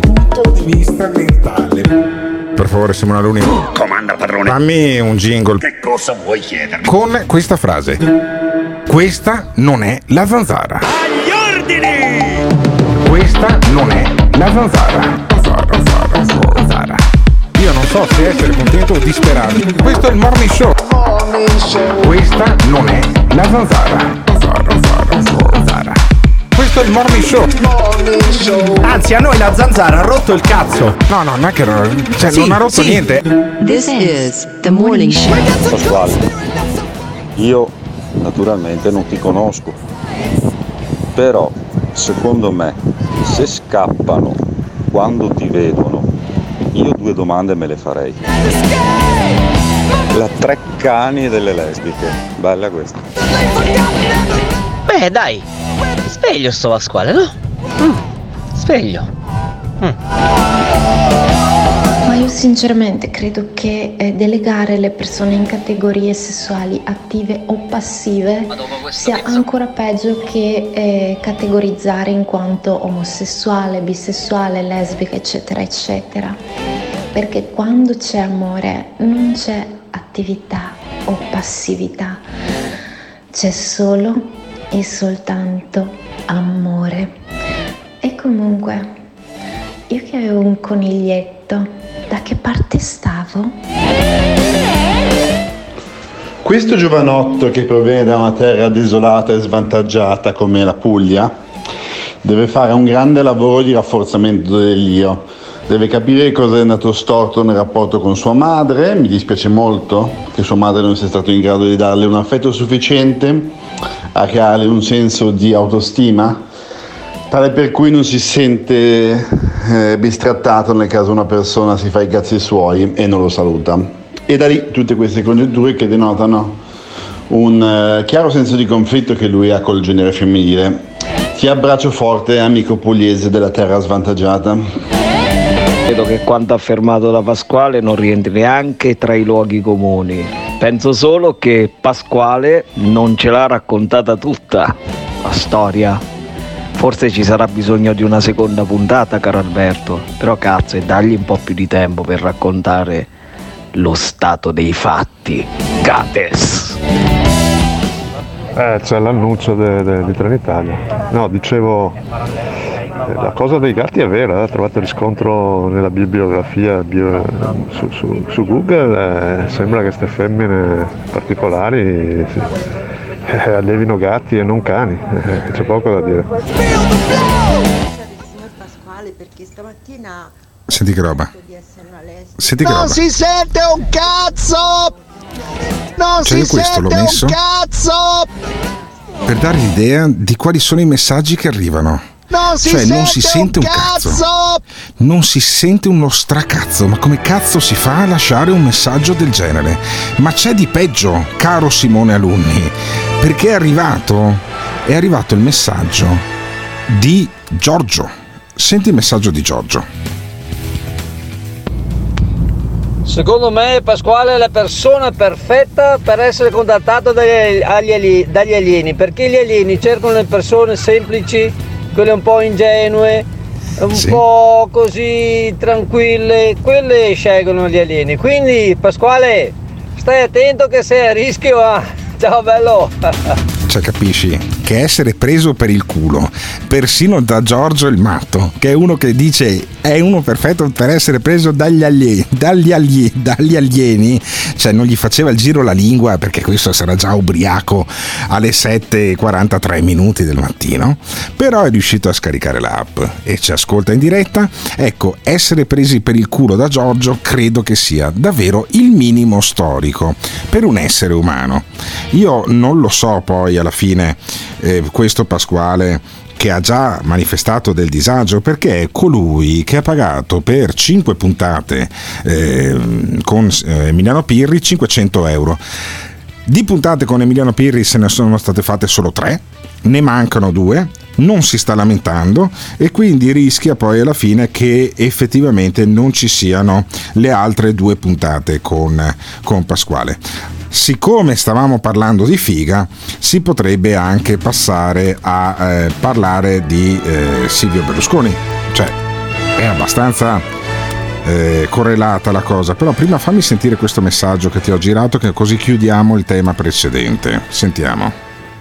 Per favore, Simone Alunni, comanda padrone, fammi un jingle. Che cosa vuoi chiedermi? Con questa frase: questa non è la zanzara. Agli ordini! Questa non è la zanzara. Zanzara. Io non so se essere contento o disperato. Questo è il Morning Show. Questa non è la zanzara. Zanzara. Questo è il Morning Show. Anzi, a noi la zanzara ha rotto il cazzo. No, non è che non ha rotto niente. This is the Morning Show. Pasquale, io naturalmente non ti conosco, però secondo me se scappano quando ti vedono, io 2 domande me le farei. La Treccani delle lesbiche, bella questa. Beh dai, sveglio sto Pasquale, no? Sveglio. Ma io sinceramente credo che delegare le persone in categorie sessuali attive o passive sia ancora peggio che categorizzare in quanto omosessuale, bisessuale, lesbica, eccetera, eccetera. Perché quando c'è amore non c'è attività o passività, c'è solo e soltanto amore. E comunque, io che avevo un coniglietto, da che parte stavo? Questo giovanotto che proviene da una terra desolata e svantaggiata come la Puglia deve fare un grande lavoro di rafforzamento dell'io. Deve capire cosa è andato storto nel rapporto con sua madre. Mi dispiace molto che sua madre non sia stato in grado di darle un affetto sufficiente a crearle un senso di autostima, tale per cui non si sente bistrattato nel caso una persona si fa i cazzi suoi e non lo saluta. E da lì tutte queste congetture che denotano un chiaro senso di conflitto che lui ha col genere femminile. Ti abbraccio forte, amico pugliese della terra svantaggiata. Credo che quanto affermato da Pasquale non rientri neanche tra i luoghi comuni. Penso solo che Pasquale non ce l'ha raccontata tutta la storia. Forse ci sarà bisogno di una seconda puntata, caro Alberto, però cazzo, e dagli un po' più di tempo per raccontare lo stato dei fatti. Gates. C'è l'annuncio di Trenitalia. No, dicevo, la cosa dei gatti è vera, trovate riscontro nella bibliografia su Google, sembra che queste femmine particolari allevino gatti e non cani, c'è poco da dire. Perché stamattina Senti che roba. Senti che non roba. si sente un cazzo! Non Cioè, si io questo l'ho sente messo un cazzo! per dare l'idea di quali sono i messaggi che arrivano. Non si Cioè, sente non si sente un cazzo. Non si sente uno stracazzo. Ma come cazzo si fa a lasciare un messaggio del genere? Ma c'è di peggio, caro Simone Alunni, perché è arrivato il messaggio di Giorgio. Senti il messaggio di Giorgio. Secondo me Pasquale è la persona perfetta per essere contattato dagli alieni, perché gli alieni cercano le persone semplici, quelle un po' ingenue, un po' così tranquille, quelle scelgono gli alieni. Quindi Pasquale, stai attento che sei a rischio. Ciao bello. Cioè, capisci che essere preso per il culo persino da Giorgio il matto, che è uno che dice è uno perfetto per essere preso dagli alieni, cioè non gli faceva il giro la lingua, perché questo sarà già ubriaco alle 7:43 minuti del mattino, però è riuscito a scaricare l'app e ci ascolta in diretta. Ecco, essere presi per il culo da Giorgio credo che sia davvero il minimo storico per un essere umano. Io non lo so poi alla fine questo Pasquale, che ha già manifestato del disagio, perché è colui che ha pagato per 5 puntate con Emiliano Pirri 500 euro. Di puntate con Emiliano Pirri se ne sono state fatte solo 3, ne mancano 2, non si sta lamentando e quindi rischia poi alla fine che effettivamente non ci siano le altre 2 puntate con Pasquale. Siccome stavamo parlando di figa, si potrebbe anche passare a parlare di Silvio Berlusconi, cioè è abbastanza correlata la cosa, però prima fammi sentire questo messaggio che ti ho girato, che così chiudiamo il tema precedente. Sentiamo.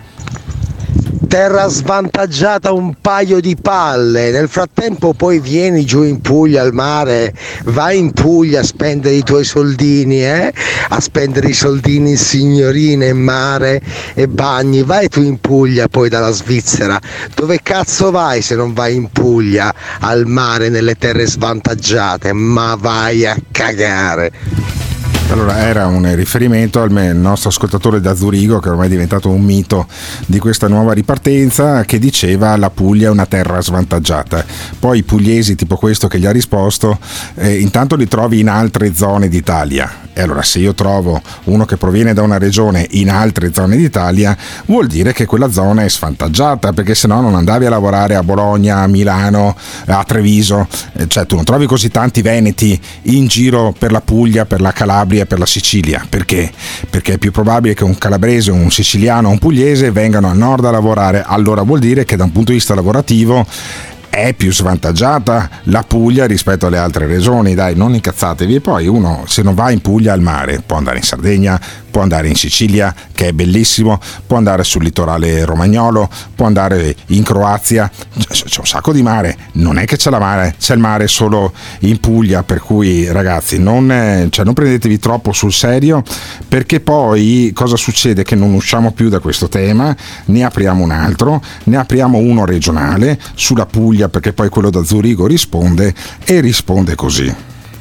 Terra svantaggiata un paio di palle, nel frattempo poi vieni giù in Puglia al mare, vai in Puglia a spendere i tuoi soldini, a spendere i soldini in signorine, in mare e bagni, vai tu in Puglia poi dalla Svizzera, dove cazzo vai se non vai in Puglia al mare nelle terre svantaggiate, ma vai a cagare. Allora, era un riferimento al nostro ascoltatore da Zurigo, che ormai è diventato un mito di questa nuova ripartenza, che diceva la Puglia è una terra svantaggiata. Poi i pugliesi tipo questo che gli ha risposto, intanto li trovi in altre zone d'Italia. E allora, se io trovo uno che proviene da una regione in altre zone d'Italia, vuol dire che quella zona è svantaggiata, perché sennò non andavi a lavorare a Bologna, a Milano, a Treviso. Cioè, tu non trovi così tanti veneti in giro per la Puglia, per la Calabria, per la Sicilia. Perché? Perché è più probabile che un calabrese, un siciliano o un pugliese vengano a nord a lavorare. Allora vuol dire che da un punto di vista lavorativo è più svantaggiata la Puglia rispetto alle altre regioni. Dai, non incazzatevi. E poi uno, se non va in Puglia al mare, può andare in Sardegna, può andare in Sicilia, che è bellissimo, può andare sul litorale romagnolo, può andare in Croazia, c'è un sacco di mare, non è che c'è il mare solo in Puglia, per cui ragazzi non prendetevi troppo sul serio, perché poi cosa succede? Che non usciamo più da questo tema, ne apriamo un altro, ne apriamo uno regionale sulla Puglia, perché poi quello da Zurigo risponde così.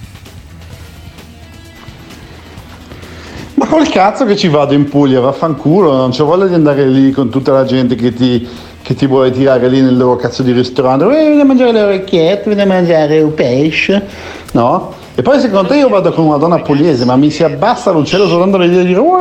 Ma col cazzo che ci vado in Puglia, vaffanculo, non c'ho voglia di andare lì con tutta la gente che ti vuole tirare lì nel loro cazzo di ristorante, vieni a mangiare le orecchiette, vieni a mangiare un pesce, no? E poi secondo te io vado con una donna pugliese, ma mi si abbassa l'uccello soltanto l'idea di dire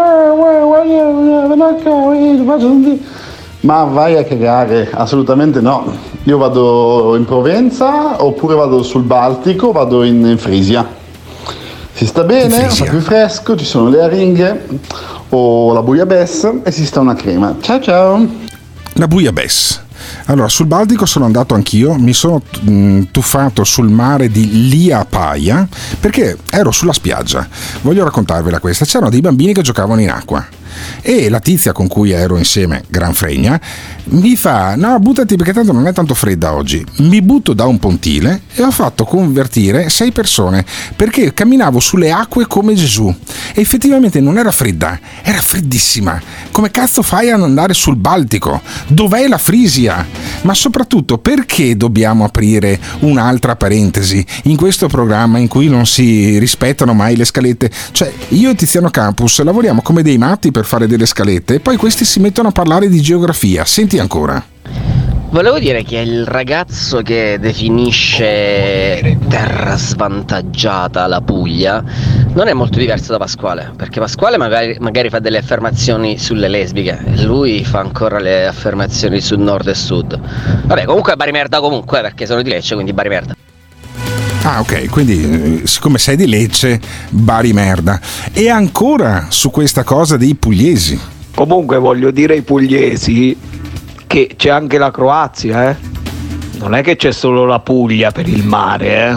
ma vai a cagare, assolutamente no. Io vado in Provenza oppure vado sul Baltico, vado in Frisia. Si sta bene, fa più fresco, ci sono le aringhe o la bouillabaisse e si sta una crema. Ciao ciao. La bouillabaisse. Allora, sul Baltico sono andato anch'io, mi sono tuffato sul mare di Liepāja perché ero sulla spiaggia. Voglio raccontarvela questa. C'erano dei bambini che giocavano in acqua e la tizia con cui ero insieme, gran fregna, mi fa: no, buttati perché tanto non è tanto fredda oggi. Mi butto da un pontile e ho fatto convertire 6 persone perché camminavo sulle acque come Gesù e effettivamente non era fredda, era freddissima. Come cazzo fai ad andare sul Baltico? Dov'è la Frisia? Ma soprattutto, perché dobbiamo aprire un'altra parentesi in questo programma in cui non si rispettano mai le scalette? Cioè, io e Tiziano Campus lavoriamo come dei matti per fare delle scalette e poi questi si mettono a parlare di geografia. Senti ancora. Volevo dire che il ragazzo che definisce terra svantaggiata la Puglia non è molto diverso da Pasquale, perché Pasquale magari fa delle affermazioni sulle lesbiche e lui fa ancora le affermazioni sul nord e sud. Vabbè, comunque Bari merda comunque, perché sono di Lecce, quindi Bari merda. Ah, ok, quindi siccome sei di Lecce, Bari merda. E ancora su questa cosa dei pugliesi. Comunque voglio dire ai pugliesi che c'è anche la Croazia, eh? Non è che c'è solo la Puglia per il mare, eh?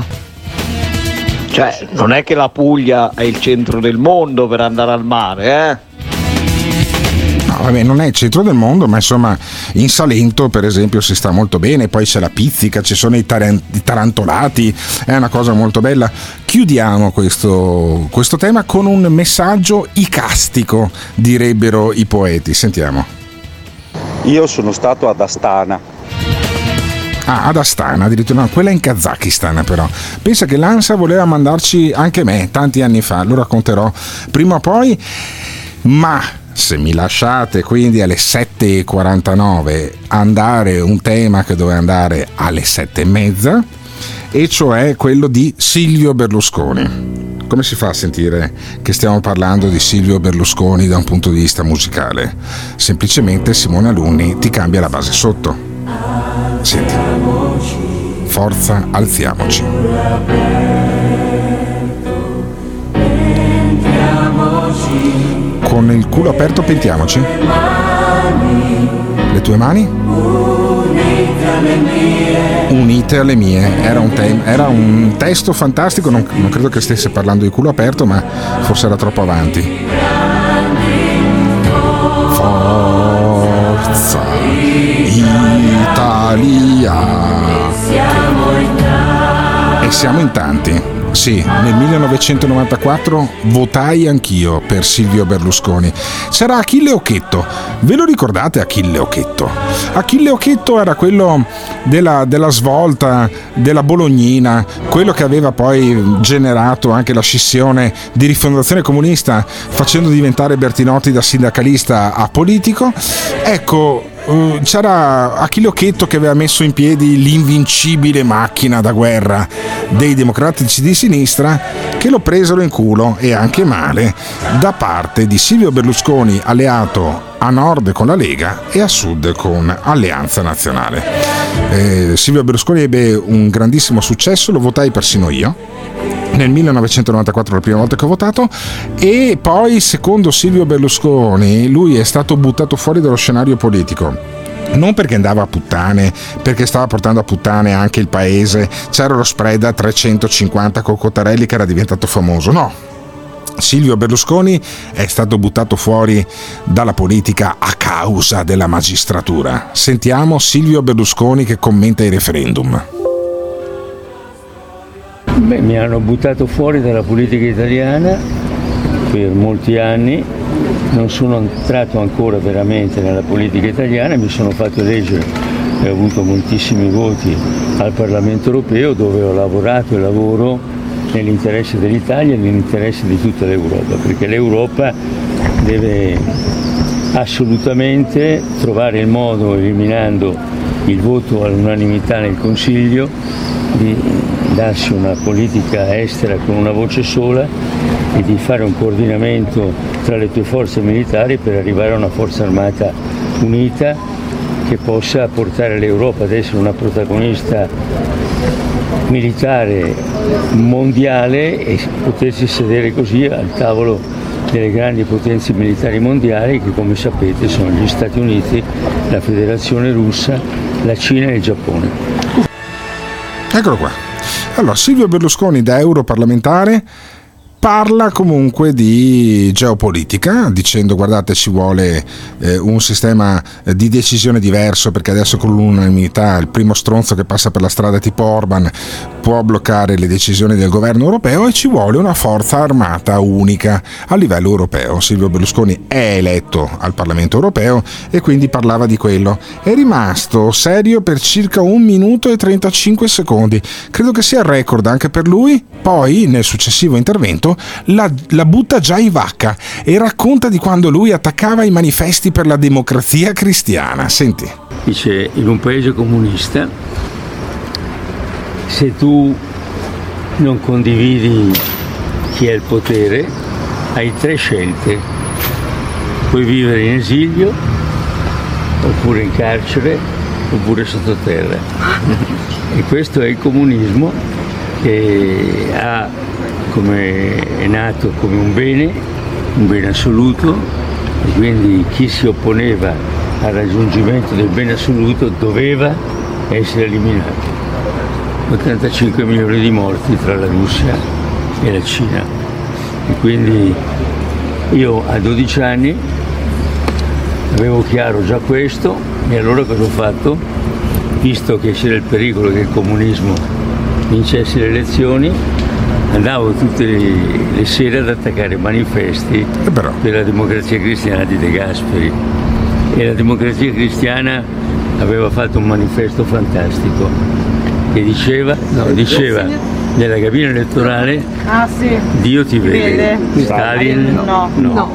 Cioè, non è che la Puglia è il centro del mondo per andare al mare, eh? No, vabbè, non è il centro del mondo, ma insomma in Salento per esempio si sta molto bene, poi c'è la pizzica, ci sono i tarantolati, è una cosa molto bella. Chiudiamo questo tema con un messaggio icastico, direbbero i poeti. Sentiamo. Io sono stato ad Astana. Ah, ad Astana, addirittura no, quella è in Kazakistan però. Pensa che l'ANSA voleva mandarci anche me tanti anni fa, lo racconterò prima o poi, ma se mi lasciate quindi alle 7:49 andare un tema che doveva andare alle 7:30, e cioè quello di Silvio Berlusconi. Come si fa a sentire che stiamo parlando di Silvio Berlusconi da un punto di vista musicale? Semplicemente Simone Alunni ti cambia la base sotto. Senti. Forza, alziamoci. Con il culo aperto pentiamoci. Le tue mani? Unite alle mie. Era un testo fantastico, non credo che stesse parlando di culo aperto, ma forse era troppo avanti. Forza Italia. E siamo in tanti. Sì, nel 1994 votai anch'io per Silvio Berlusconi. C'era Achille Occhetto, ve lo ricordate Achille Occhetto? Achille Occhetto era quello della svolta, della Bolognina, quello che aveva poi generato anche la scissione di Rifondazione Comunista, facendo diventare Bertinotti da sindacalista a politico. Ecco, c'era Achille Occhetto che aveva messo in piedi l'invincibile macchina da guerra dei democratici di sinistra, che lo presero in culo, e anche male, da parte di Silvio Berlusconi, alleato a nord con la Lega e a sud con Alleanza Nazionale. Silvio Berlusconi ebbe un grandissimo successo, lo votai persino io nel 1994, la prima volta che ho votato, e poi secondo Silvio Berlusconi lui è stato buttato fuori dallo scenario politico. Non perché andava a puttane, perché stava portando a puttane anche il paese, c'era lo spread a 350 con Cottarelli che era diventato famoso, no. Silvio Berlusconi è stato buttato fuori dalla politica a causa della magistratura. Sentiamo Silvio Berlusconi che commenta i referendum. Mi hanno buttato fuori dalla politica italiana per molti anni, non sono entrato ancora veramente nella politica italiana, mi sono fatto eleggere e ho avuto moltissimi voti al Parlamento europeo, dove ho lavorato e lavoro nell'interesse dell'Italia e nell'interesse di tutta l'Europa, perché l'Europa deve assolutamente trovare il modo, eliminando il voto all'unanimità nel Consiglio, di darsi una politica estera con una voce sola e di fare un coordinamento tra le tue forze militari per arrivare a una forza armata unita che possa portare l'Europa ad essere una protagonista militare mondiale e potersi sedere così al tavolo delle grandi potenze militari mondiali che, come sapete, sono gli Stati Uniti, la Federazione Russa, la Cina e il Giappone. Eccolo qua. Allora, Silvio Berlusconi da europarlamentare parla comunque di geopolitica, dicendo guardate ci vuole un sistema di decisione diverso, perché adesso con l'unanimità il primo stronzo che passa per la strada tipo Orban può bloccare le decisioni del governo europeo e ci vuole una forza armata unica a livello europeo. Silvio Berlusconi è eletto al Parlamento europeo e quindi parlava di quello. È rimasto serio per circa 1 minuto e 35 secondi, credo che sia il record anche per lui. Poi nel successivo intervento la butta già in vacca e racconta di quando lui attaccava i manifesti per la democrazia cristiana. Senti. Dice, in un paese comunista, se tu non condividi chi è il potere, hai 3 scelte: puoi vivere in esilio, oppure in carcere, oppure sottoterra. E questo è il comunismo, che è nato come un bene assoluto, e quindi chi si opponeva al raggiungimento del bene assoluto doveva essere eliminato. 85 milioni di morti tra la Russia e la Cina. E quindi io a 12 anni avevo chiaro già questo, e allora cosa ho fatto? Visto che c'era il pericolo che il comunismo vincesse le elezioni, andavo tutte le sere ad attaccare manifesti per la Democrazia Cristiana di De Gasperi, e la Democrazia Cristiana aveva fatto un manifesto fantastico che diceva nella cabina elettorale: Dio ti vede, Stalin no.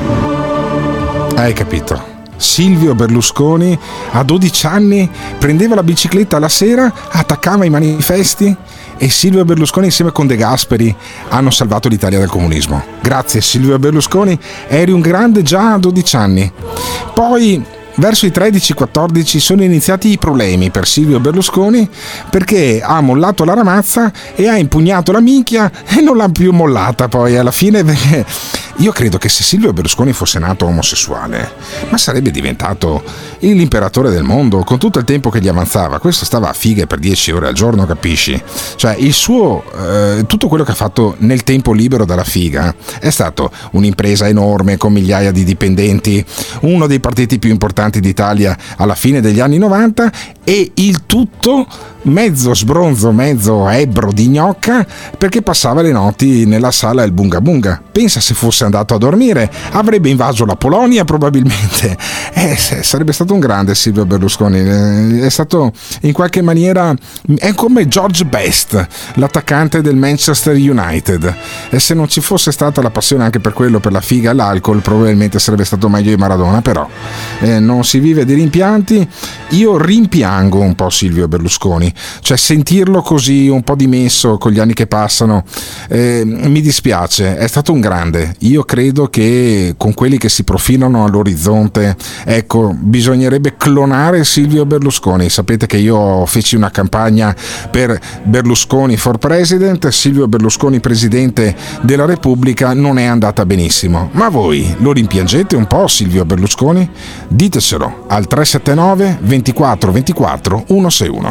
Hai capito? Silvio Berlusconi a 12 anni prendeva la bicicletta la sera, attaccava i manifesti, e Silvio Berlusconi insieme con De Gasperi hanno salvato l'Italia dal comunismo. Grazie Silvio Berlusconi, eri un grande già a 12 anni. Poi verso i 13-14 sono iniziati i problemi per Silvio Berlusconi, perché ha mollato la ramazza e ha impugnato la minchia e non l'ha più mollata poi alla fine, perché io credo che se Silvio Berlusconi fosse nato omosessuale, ma sarebbe diventato l'imperatore del mondo con tutto il tempo che gli avanzava. Questo stava a fighe per 10 ore al giorno, capisci? Cioè il suo tutto quello che ha fatto nel tempo libero dalla figa è stato un'impresa enorme con migliaia di dipendenti, uno dei partiti più importanti d'Italia alla fine degli anni 90, e il tutto mezzo sbronzo, mezzo ebbro di gnocca, perché passava le notti nella sala del Bunga Bunga. Pensa se fosse andato a dormire, avrebbe invaso la Polonia probabilmente. Sarebbe stato un grande Silvio Berlusconi. È stato in qualche maniera, è come George Best, l'attaccante del Manchester United, e se non ci fosse stata la passione anche per quello, per la figa e l'alcol, probabilmente sarebbe stato meglio di Maradona. Però non si vive di rimpianti. Io rimpiango un po' Silvio Berlusconi, cioè sentirlo così un po' dimesso con gli anni che passano, mi dispiace. È stato un grande. Io credo che con quelli che si profilano all'orizzonte, ecco, bisognerebbe clonare Silvio Berlusconi. Sapete che io feci una campagna per Berlusconi for President, Silvio Berlusconi presidente della Repubblica. Non è andata benissimo, ma voi lo rimpiangete un po' Silvio Berlusconi? Ditecelo al 379 24 24 161.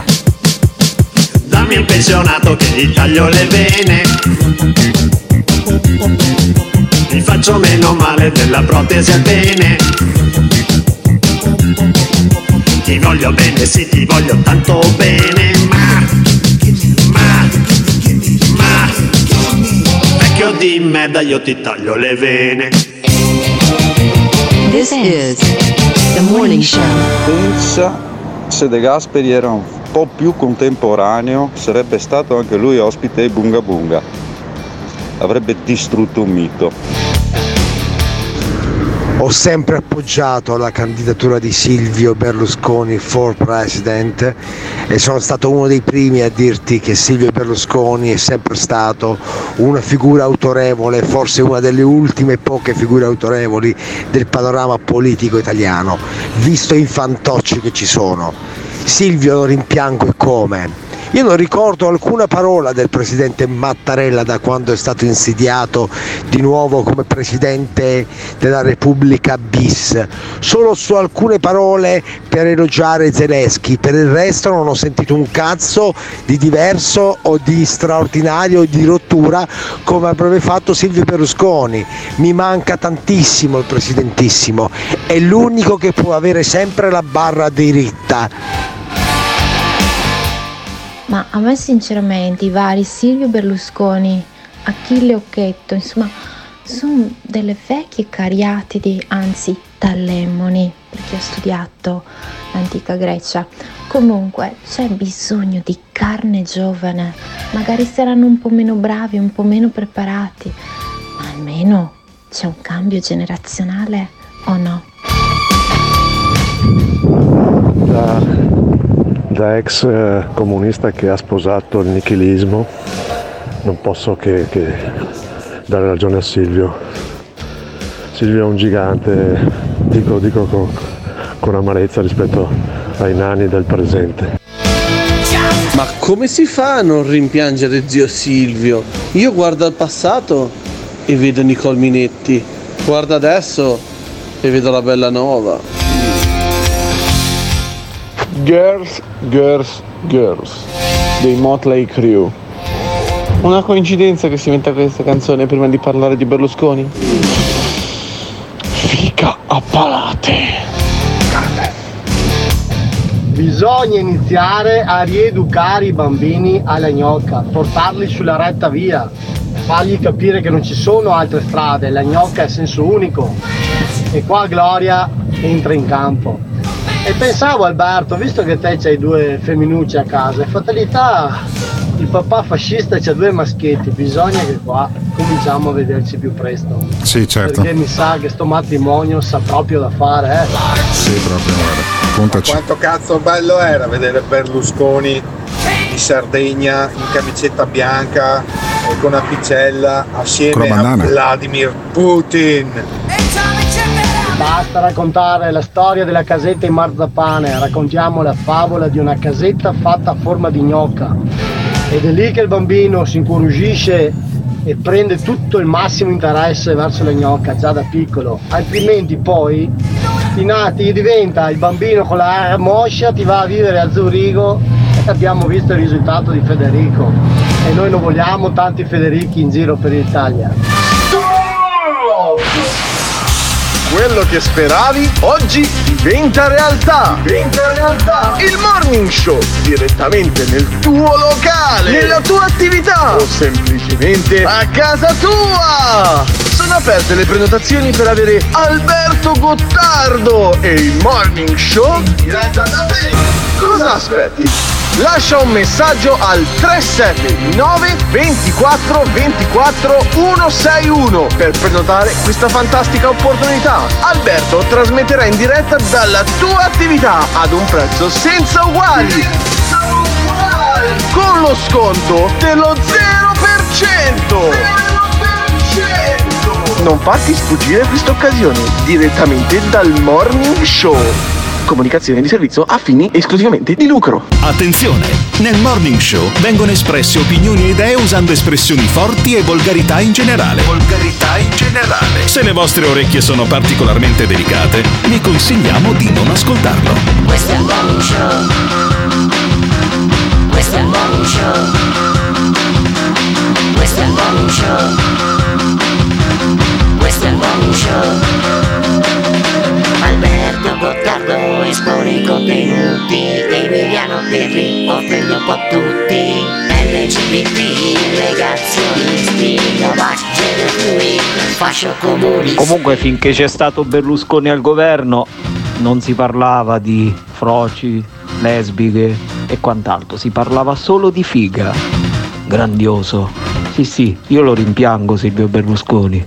Dammi un pensionato che gli taglio le vene. mi faccio meno male della protesi al pene. Ti voglio bene, sì, ti voglio tanto bene, ma vecchio di merda, io ti taglio le vene. This is The Morning Show. Pensa se De Gasperi era un po' più contemporaneo, sarebbe stato anche lui ospite ai Bunga Bunga. Avrebbe distrutto un mito. Ho sempre appoggiato la candidatura di Silvio Berlusconi for President e sono stato uno dei primi a dirti che Silvio Berlusconi è sempre stato una figura autorevole, forse una delle ultime poche figure autorevoli del panorama politico italiano, visto i fantocci che ci sono. Silvio lo rimpiango e come. Io non ricordo alcuna parola del presidente Mattarella da quando è stato insediato di nuovo come presidente della Repubblica bis, solo su alcune parole per elogiare Zelensky, per il resto non ho sentito un cazzo di diverso o di straordinario o di rottura come avrebbe fatto Silvio Berlusconi. Mi manca tantissimo il presidentissimo, è l'unico che può avere sempre la barra diritta. Ma a me sinceramente i vari Silvio Berlusconi, Achille Occhetto, insomma, sono delle vecchie cariatidi, anzi talemmoni, perché ho studiato l'antica Grecia. Comunque c'è bisogno di carne giovane, magari saranno un po' meno bravi, un po' meno preparati, ma almeno c'è un cambio generazionale o no? Da ex comunista che ha sposato il nichilismo non posso che dare ragione a Silvio. Silvio è un gigante, dico con amarezza rispetto ai nani del presente. Ma come si fa a non rimpiangere zio Silvio? Io guardo al passato e vedo Nicole Minetti, guardo adesso e vedo la bella nuova. Girls, Girls, Girls dei Motley Crue. Una coincidenza che si metta questa canzone prima di parlare di Berlusconi? Fica a palate. Bisogna iniziare a rieducare i bambini alla gnocca, portarli sulla retta via, fargli capire che non ci sono altre strade, la gnocca è senso unico. E qua Gloria entra in campo. E pensavo, Alberto, visto che te c'hai due femminucce a casa, è fatalità, il papà fascista c'ha due maschietti, bisogna che qua cominciamo a vederci più presto. Sì, certo. Perché mi sa che sto matrimonio sa proprio da fare, eh. Sì, proprio, guarda, contaci. Quanto cazzo bello era vedere Berlusconi in Sardegna in camicetta bianca e con apicella assieme a Vladimir Putin. Basta raccontare la storia della casetta in marzapane, raccontiamo la favola di una casetta fatta a forma di gnocca. Ed è lì che il bambino si incuriosisce e prende tutto il massimo interesse verso la gnocca già da piccolo, altrimenti poi ti diventa il bambino con la moscia, ti va a vivere a Zurigo e abbiamo visto il risultato di Federico e noi non vogliamo tanti Federici in giro per l'Italia. Quello che speravi oggi diventa realtà. Il Morning Show direttamente nel tuo locale, nella tua attività o semplicemente a casa tua. Sono aperte le prenotazioni per avere Alberto Gottardo e il Morning Show in diretta da te. Cosa aspetti? Lascia un messaggio al 379 24 24 161 per prenotare questa fantastica opportunità. Alberto trasmetterà in diretta dalla tua attività ad un prezzo senza uguali. Con lo sconto dello 0%. Non farti sfuggire questa occasione direttamente dal Morning Show. Comunicazione di servizio a fini esclusivamente di lucro. Attenzione! Nel Morning Show vengono espresse opinioni e idee usando espressioni forti e volgarità in generale. Se le vostre orecchie sono particolarmente delicate, vi consigliamo di non ascoltarlo. Questo è il Morning Show. Questo è il Morning Show. Questo è il Morning Show. tutti, Emiliano Pirri offende un po' tutti. LGBT, negazionisti, Novax, gender fluid, fascio comunista. Comunque finché c'è stato Berlusconi al governo non si parlava di froci, lesbiche e quant'altro, si parlava solo di figa. Grandioso. Sì, io lo rimpiango Silvio Berlusconi.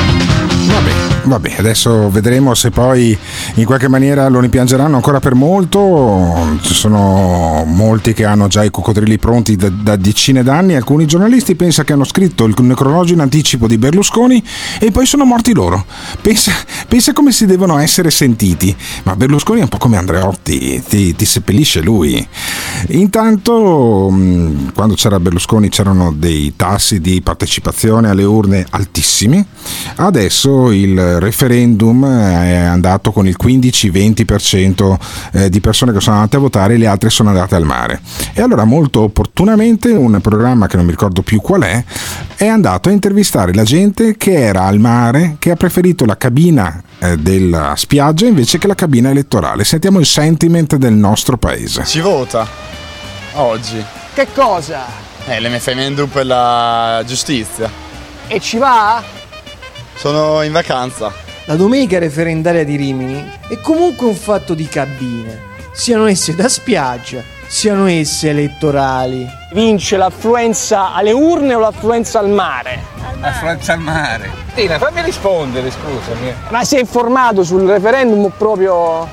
Vabbè, adesso vedremo se poi in qualche maniera lo rimpiangeranno ancora per molto. Ci sono molti che hanno già i coccodrilli pronti da decine d'anni. Alcuni giornalisti pensano che hanno scritto il necrologio in anticipo di Berlusconi e poi sono morti loro. Pensa come si devono essere sentiti. Ma Berlusconi è un po' come Andreotti, ti seppellisce lui. Intanto, quando c'era Berlusconi c'erano dei tassi di partecipazione alle urne altissimi. Adesso il referendum è andato con il 15-20% di persone che sono andate a votare, le altre sono andate al mare. E allora molto opportunamente un programma che non mi ricordo più qual è andato a intervistare la gente che era al mare, che ha preferito la cabina della spiaggia invece che la cabina elettorale. Sentiamo il sentiment del nostro paese. Si vota oggi. Che cosa? Il referendum per la giustizia. E ci va? Sono in vacanza. La domenica referendaria di Rimini è comunque un fatto di cabine, siano esse da spiaggia, siano esse elettorali. Vince l'affluenza alle urne o l'affluenza al mare? Affluenza al mare. Tina, fammi rispondere, scusami. Ma sei informato sul referendum proprio?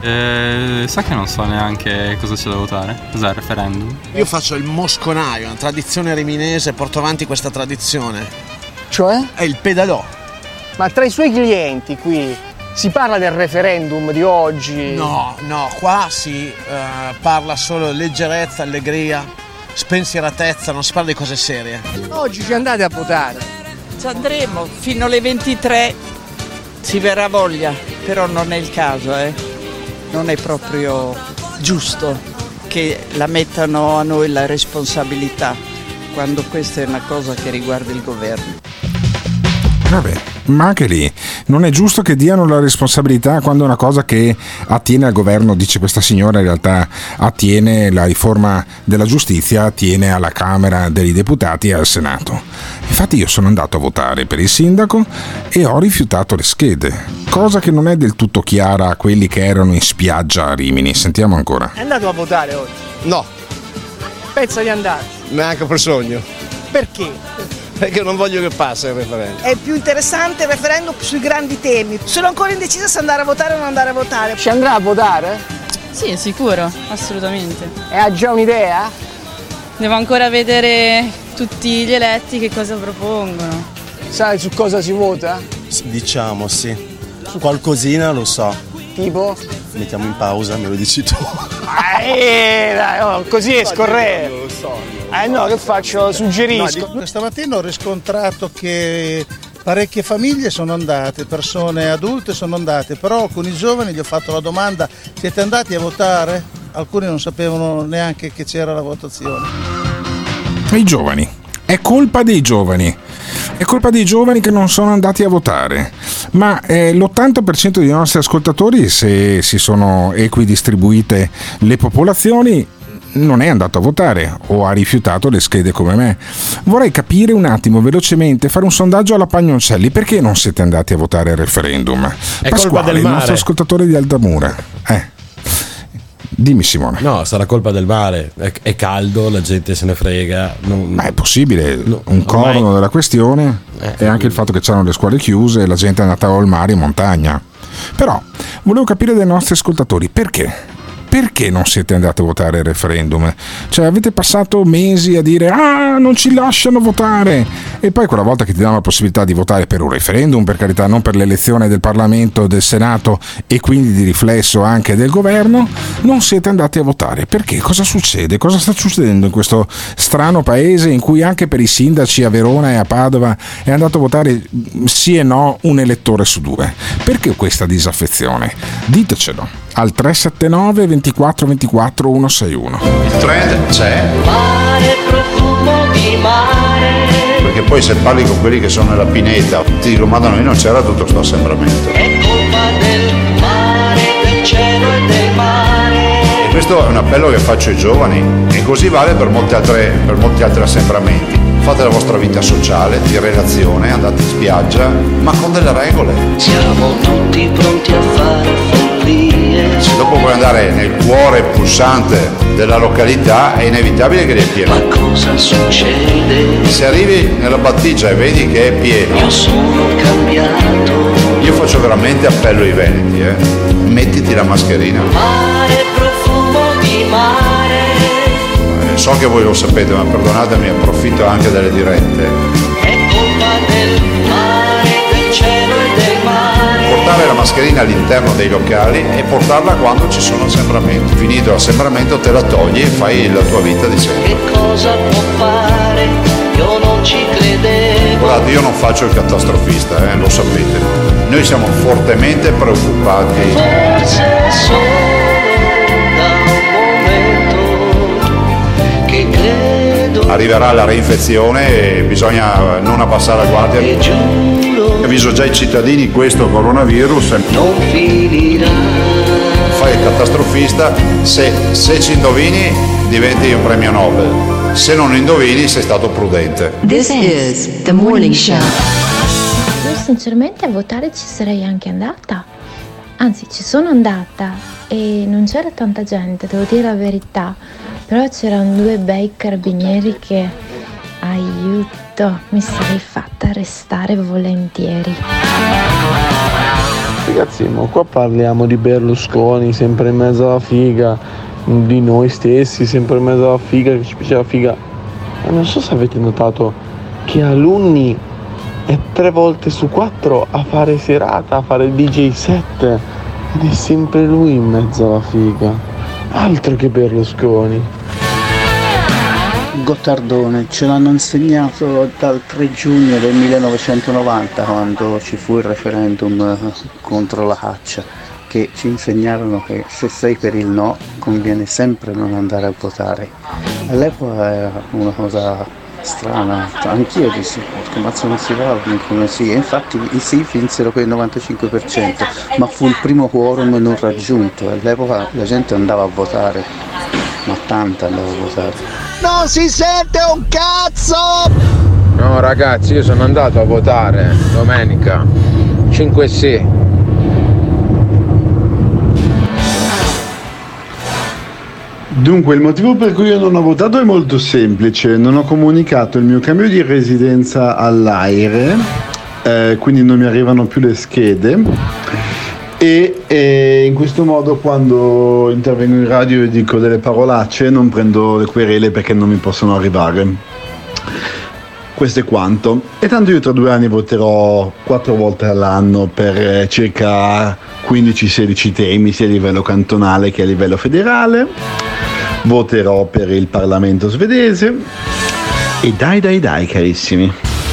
Sa che non so neanche cosa c'è da votare? Cos'è il referendum? Io faccio il mosconaio, una tradizione riminese, porto avanti questa tradizione. Cioè? È il pedalò. Ma tra i suoi clienti qui si parla del referendum di oggi? No, qua si parla solo leggerezza, allegria, spensieratezza, non si parla di cose serie. Oggi ci andate a votare? Ci andremo, fino alle 23 ci verrà voglia, però non è il caso, Non è proprio giusto che la mettano a noi la responsabilità, quando questa è una cosa che riguarda il governo. Vabbè, ma anche lì non è giusto che diano la responsabilità quando è una cosa che attiene al governo, dice questa signora, in realtà attiene la riforma della giustizia, attiene alla Camera dei Deputati e al Senato. Infatti io sono andato a votare per il sindaco e ho rifiutato le schede, cosa che non è del tutto chiara a quelli che erano in spiaggia a Rimini. Sentiamo ancora. È andato a votare oggi? No. Pensa di andare? Neanche per sogno. Perché? Perché non voglio che passi il referendum. È più interessante il referendum sui grandi temi. Sono ancora indecisa se andare a votare o non andare a votare. Ci andrà a votare? Sì, sicuro, assolutamente. E ha già un'idea? Devo ancora vedere tutti gli eletti che cosa propongono. Sai su cosa si vota? Diciamo sì. Qualcosina lo so. Tipo? Mettiamo in pausa, me lo dici tu. Così è scorretto. Lo so. No, che faccio? Suggerisco. No, stamattina ho riscontrato che parecchie famiglie sono andate, persone adulte sono andate, però alcuni giovani gli ho fatto la domanda: siete andati a votare? Alcuni non sapevano neanche che c'era la votazione. I giovani. È colpa dei giovani. È colpa dei giovani che non sono andati a votare, ma l'80% dei nostri ascoltatori, se si sono equidistribuite le popolazioni, non è andato a votare o ha rifiutato le schede come me. Vorrei capire un attimo velocemente, fare un sondaggio alla Pagnoncelli: perché non siete andati a votare il referendum? È Pasquale, colpa del mare. Il nostro ascoltatore di Aldamura. Dimmi Simone. No, sarà colpa del mare, è caldo, la gente se ne frega. Ma è possibile, un corno della questione è anche il fatto che c'erano le scuole chiuse e la gente è andata al mare in montagna. Però volevo capire dai nostri ascoltatori perché non siete andati a votare il referendum? Cioè avete passato mesi a dire non ci lasciano votare, e poi quella volta che ti danno la possibilità di votare per un referendum, per carità, non per l'elezione del Parlamento, del Senato e quindi di riflesso anche del governo, non siete andati a votare. Perché? Cosa succede? Cosa sta succedendo in questo strano paese in cui anche per i sindaci a Verona e a Padova è andato a votare sì e no un elettore su due? Perché questa disaffezione? Ditecelo al 379 24 24 161. Il trend c'è. Mare, profumo di mare. Perché poi se parli con quelli che sono nella pineta ti dicono: ma da noi non c'era tutto sto assembramento. È colpa del mare, del cielo e del mare. E Questo è un appello che faccio ai giovani e così vale per molti altri assembramenti. Fate la vostra vita sociale, di relazione, andate in spiaggia, ma con delle regole. Siamo tutti pronti a fare follie. Se dopo vuoi andare nel cuore pulsante della località è inevitabile che sia pieno. Ma cosa succede? Se arrivi nella battigia e vedi che è pieno, io sono cambiato. Io faccio veramente appello ai veneti, mettiti la mascherina. Mare, profumo di mare. So che voi lo sapete, ma perdonatemi, approfitto anche delle dirette. È colpa del mare, del cielo e del mare. Portare la mascherina all'interno dei locali e portarla quando ci sono assembramenti. Finito l'assembramento te la togli e fai la tua vita di sempre. Che cosa può fare? Io non ci credevo. Guardate, io non faccio il catastrofista, lo sapete. Noi siamo fortemente preoccupati. Forse solo arriverà la reinfezione e bisogna non abbassare la guardia. Avviso già i cittadini, questo coronavirus non finirà. Fai il catastrofista, se ci indovini diventi un premio Nobel, se non indovini sei stato prudente. This is the morning show. Io sinceramente a votare ci sarei anche andata, anzi ci sono andata e non c'era tanta gente, devo dire la verità. Però c'erano 2 bei carabinieri che, aiuto, mi sarei fatta arrestare volentieri. Ragazzi, ma qua parliamo di Berlusconi, sempre in mezzo alla figa, di noi stessi, sempre in mezzo alla figa, che ci piace la figa. Ma non so se avete notato che Alunni è 3 volte su 4 a fare serata, a fare DJ set, ed è sempre lui in mezzo alla figa. Altro che Berlusconi. Gottardone, ce l'hanno insegnato dal 3 giugno del 1990 quando ci fu il referendum contro la caccia, che ci insegnarono che se sei per il no conviene sempre non andare a votare. All'epoca era una cosa strana, anch'io dissi, che mazzo non si va, come sì, e infatti i sì vinsero per il 95%, ma fu il primo quorum non raggiunto, all'epoca la gente andava a votare, ma tanta andava a votare. Non si sente un cazzo! No ragazzi, io sono andato a votare domenica, 5 sì. Dunque, il motivo per cui io non ho votato è molto semplice. Non ho comunicato il mio cambio di residenza all'AIRE, quindi non mi arrivano più le schede. E in questo modo, quando intervengo in radio e dico delle parolacce, non prendo le querele perché non mi possono arrivare. Questo è quanto. E tanto io tra 2 anni voterò 4 volte all'anno per circa 15-16 temi, sia a livello cantonale che a livello federale. Voterò per il Parlamento svedese. E dai carissimi.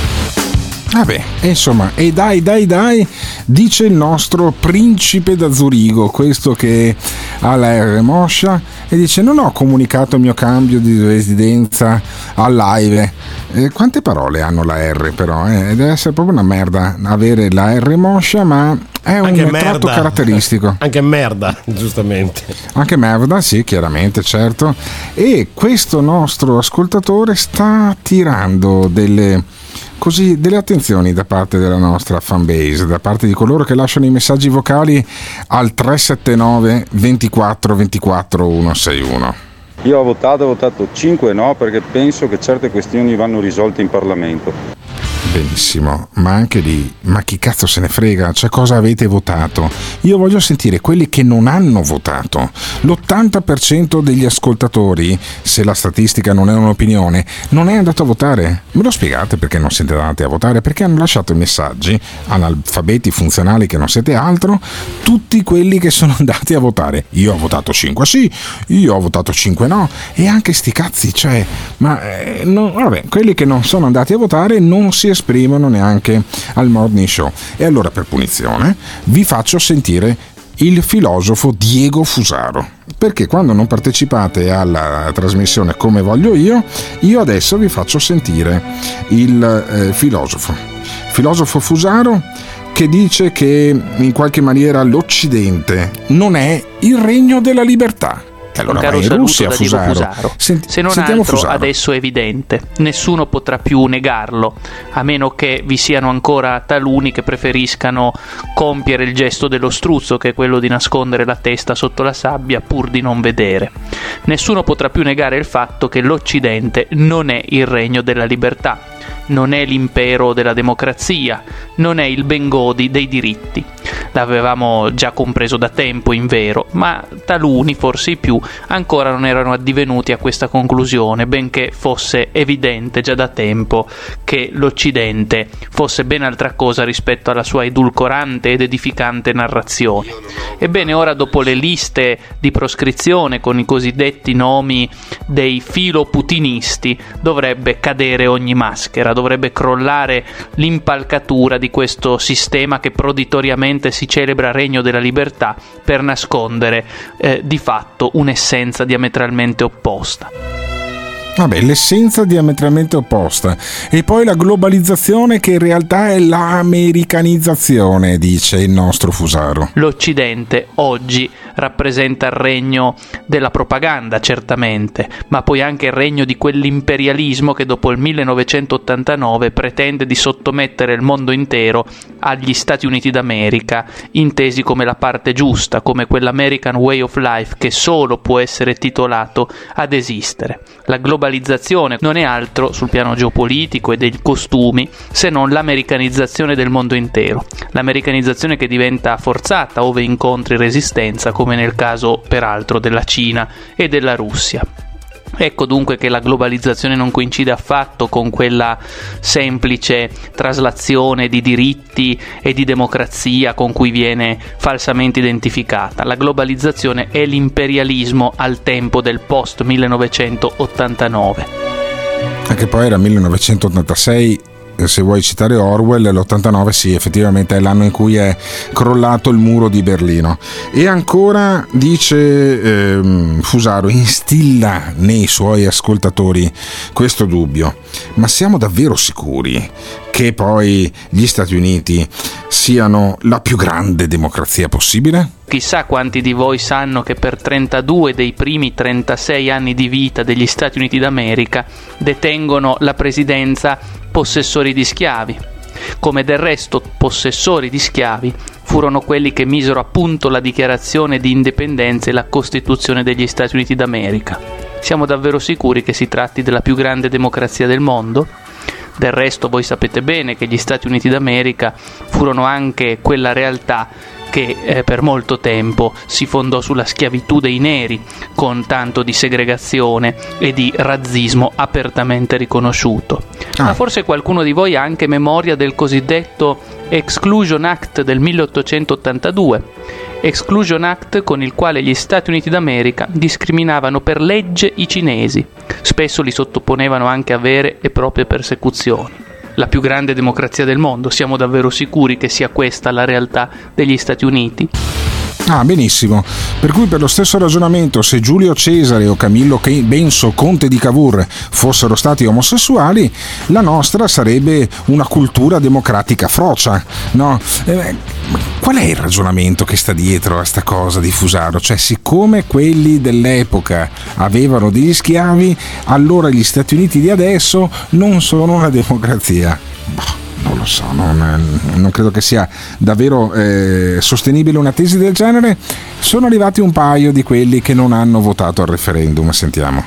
Vabbè, insomma, e dai, dice il nostro principe da Zurigo, questo che ha la R moscia, e dice: non ho comunicato il mio cambio di residenza all'AIRE. Quante parole hanno la R però? Deve essere proprio una merda avere la R moscia, ma è un tratto caratteristico. Anche merda, giustamente. Anche merda, sì, chiaramente, certo. E questo nostro ascoltatore sta tirando delle attenzioni da parte della nostra fanbase, da parte di coloro che lasciano i messaggi vocali al 379 24 24 161. Io ho votato 5 no, perché penso che certe questioni vanno risolte in Parlamento. Benissimo, ma anche lì, ma chi cazzo se ne frega? Cioè, cosa avete votato? Io voglio sentire quelli che non hanno votato. L'80% degli ascoltatori, se la statistica non è un'opinione, non è andato a votare. Me lo spiegate perché non siete andati a votare? Perché hanno lasciato i messaggi, analfabeti funzionali che non siete altro, tutti quelli che sono andati a votare. Io ho votato 5 sì, io ho votato 5 no, e anche sti cazzi, cioè, ma no, vabbè, quelli che non sono andati a votare non si esprimono neanche al morning show. E allora, per punizione, vi faccio sentire il filosofo Diego Fusaro, perché quando non partecipate alla trasmissione come voglio io adesso vi faccio sentire il filosofo Fusaro, che dice che in qualche maniera l'Occidente non è il regno della libertà, allora Un caro vai in saluto Russia, da Diego Fusaro. Fusaro. Se non Sentiamo altro Fusaro. adesso è evidente, nessuno potrà più negarlo, a meno che vi siano ancora taluni che preferiscano compiere il gesto dello struzzo, che è quello di nascondere la testa sotto la sabbia pur di non vedere. Nessuno potrà più negare il fatto che l'Occidente non è il regno della libertà, non è l'impero della democrazia, non è il Bengodi dei diritti. L'avevamo già compreso da tempo, invero, ma taluni, forse i più, ancora non erano addivenuti a questa conclusione, benché fosse evidente già da tempo che l'Occidente fosse ben altra cosa rispetto alla sua edulcorante ed edificante narrazione. Ebbene, ora, dopo le liste di proscrizione con i cosiddetti nomi dei filoputinisti, dovrebbe cadere ogni maschera, dovrebbe crollare l'impalcatura di questo sistema che proditoriamente si celebra regno della libertà per nascondere di fatto un'essenza diametralmente opposta. Vabbè, l'essenza diametralmente opposta. E poi la globalizzazione, che in realtà è l'americanizzazione, dice il nostro Fusaro. L'Occidente oggi rappresenta il regno della propaganda, certamente, ma poi anche il regno di quell'imperialismo che dopo il 1989 pretende di sottomettere il mondo intero agli Stati Uniti d'America, intesi come la parte giusta, come quell'American Way of Life che solo può essere titolato ad esistere. La globalizzazione non è altro, sul piano geopolitico e dei costumi, se non l'americanizzazione del mondo intero. L'americanizzazione che diventa forzata ove incontri resistenza, come nel caso peraltro della Cina e della Russia. Ecco dunque che la globalizzazione non coincide affatto con quella semplice traslazione di diritti e di democrazia con cui viene falsamente identificata. La globalizzazione è l'imperialismo al tempo del post 1989. Anche poi era 1986. Se vuoi citare Orwell, l'89 sì, effettivamente è l'anno in cui è crollato il muro di Berlino. E ancora, dice Fusaro, instilla nei suoi ascoltatori questo dubbio: ma siamo davvero sicuri che poi gli Stati Uniti siano la più grande democrazia possibile? Chissà quanti di voi sanno che per 32 dei primi 36 anni di vita degli Stati Uniti d'America detengono la presidenza possessori di schiavi, come del resto possessori di schiavi furono quelli che misero a punto la dichiarazione di indipendenza e la Costituzione degli Stati Uniti d'America. Siamo davvero sicuri che si tratti della più grande democrazia del mondo? Del resto voi sapete bene che gli Stati Uniti d'America furono anche quella realtà che per molto tempo si fondò sulla schiavitù dei neri, con tanto di segregazione e di razzismo apertamente riconosciuto. Ma forse qualcuno di voi ha anche memoria del cosiddetto Exclusion Act del 1882, Exclusion Act con il quale gli Stati Uniti d'America discriminavano per legge i cinesi, spesso li sottoponevano anche a vere e proprie persecuzioni. La più grande democrazia del mondo, siamo davvero sicuri che sia questa la realtà degli Stati Uniti? Ah, benissimo. Per cui, per lo stesso ragionamento, se Giulio Cesare o Camillo Benso, conte di Cavour, fossero stati omosessuali, la nostra sarebbe una cultura democratica frocia, no? Qual è il ragionamento che sta dietro a sta cosa di Fusaro? Cioè, siccome quelli dell'epoca avevano degli schiavi, allora gli Stati Uniti di adesso non sono una democrazia. Non lo so, non credo che sia davvero sostenibile una tesi del genere. Sono arrivati un paio di quelli che non hanno votato al referendum, sentiamo.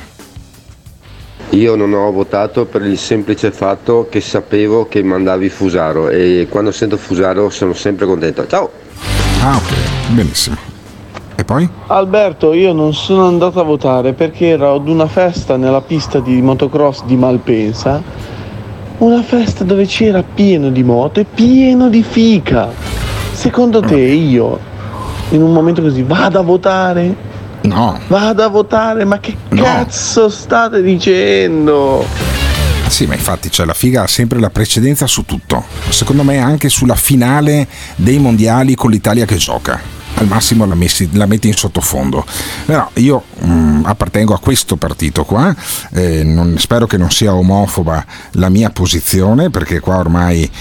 Io non ho votato per il semplice fatto che sapevo che mandavi Fusaro, e quando sento Fusaro sono sempre contento. Ciao! Ah, ok, benissimo. E poi? Alberto, io non sono andato a votare perché ero ad una festa nella pista di motocross di Malpensa. Una festa dove c'era pieno di moto e pieno di fica. Secondo te io, in un momento così, vado a votare? No. Vado a votare? Ma che cazzo state dicendo? Sì, ma infatti, cioè, la figa ha sempre la precedenza su tutto. Secondo me anche sulla finale dei mondiali con l'Italia che gioca. al massimo la metti in sottofondo. Però io appartengo a questo partito qua, spero che non sia omofoba la mia posizione, perché qua ormai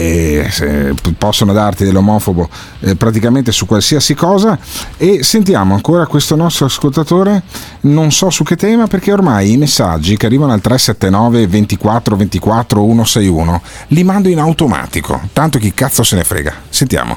possono darti dell'omofobo praticamente su qualsiasi cosa. E sentiamo ancora questo nostro ascoltatore, non so su che tema, perché ormai i messaggi che arrivano al 379 24 24 161 li mando in automatico, tanto chi cazzo se ne frega. Sentiamo.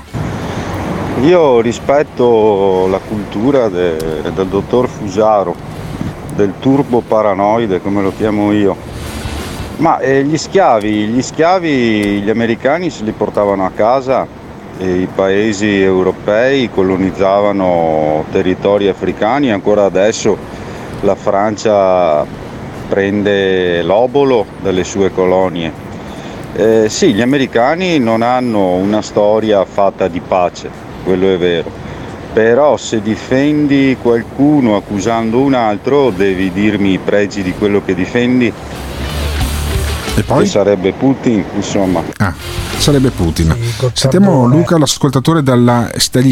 Io rispetto la cultura del dottor Fusaro, del turbo paranoide come lo chiamo io, ma gli schiavi gli americani se li portavano a casa e i paesi europei colonizzavano territori africani, ancora adesso la Francia prende l'obolo dalle sue colonie. Sì, gli americani non hanno una storia fatta di pace, quello è vero, però se difendi qualcuno accusando un altro devi dirmi i pregi di quello che difendi. E poi? Che sarebbe Putin, insomma. Sarebbe Putin. Sì, sentiamo Luca, l'ascoltatore dal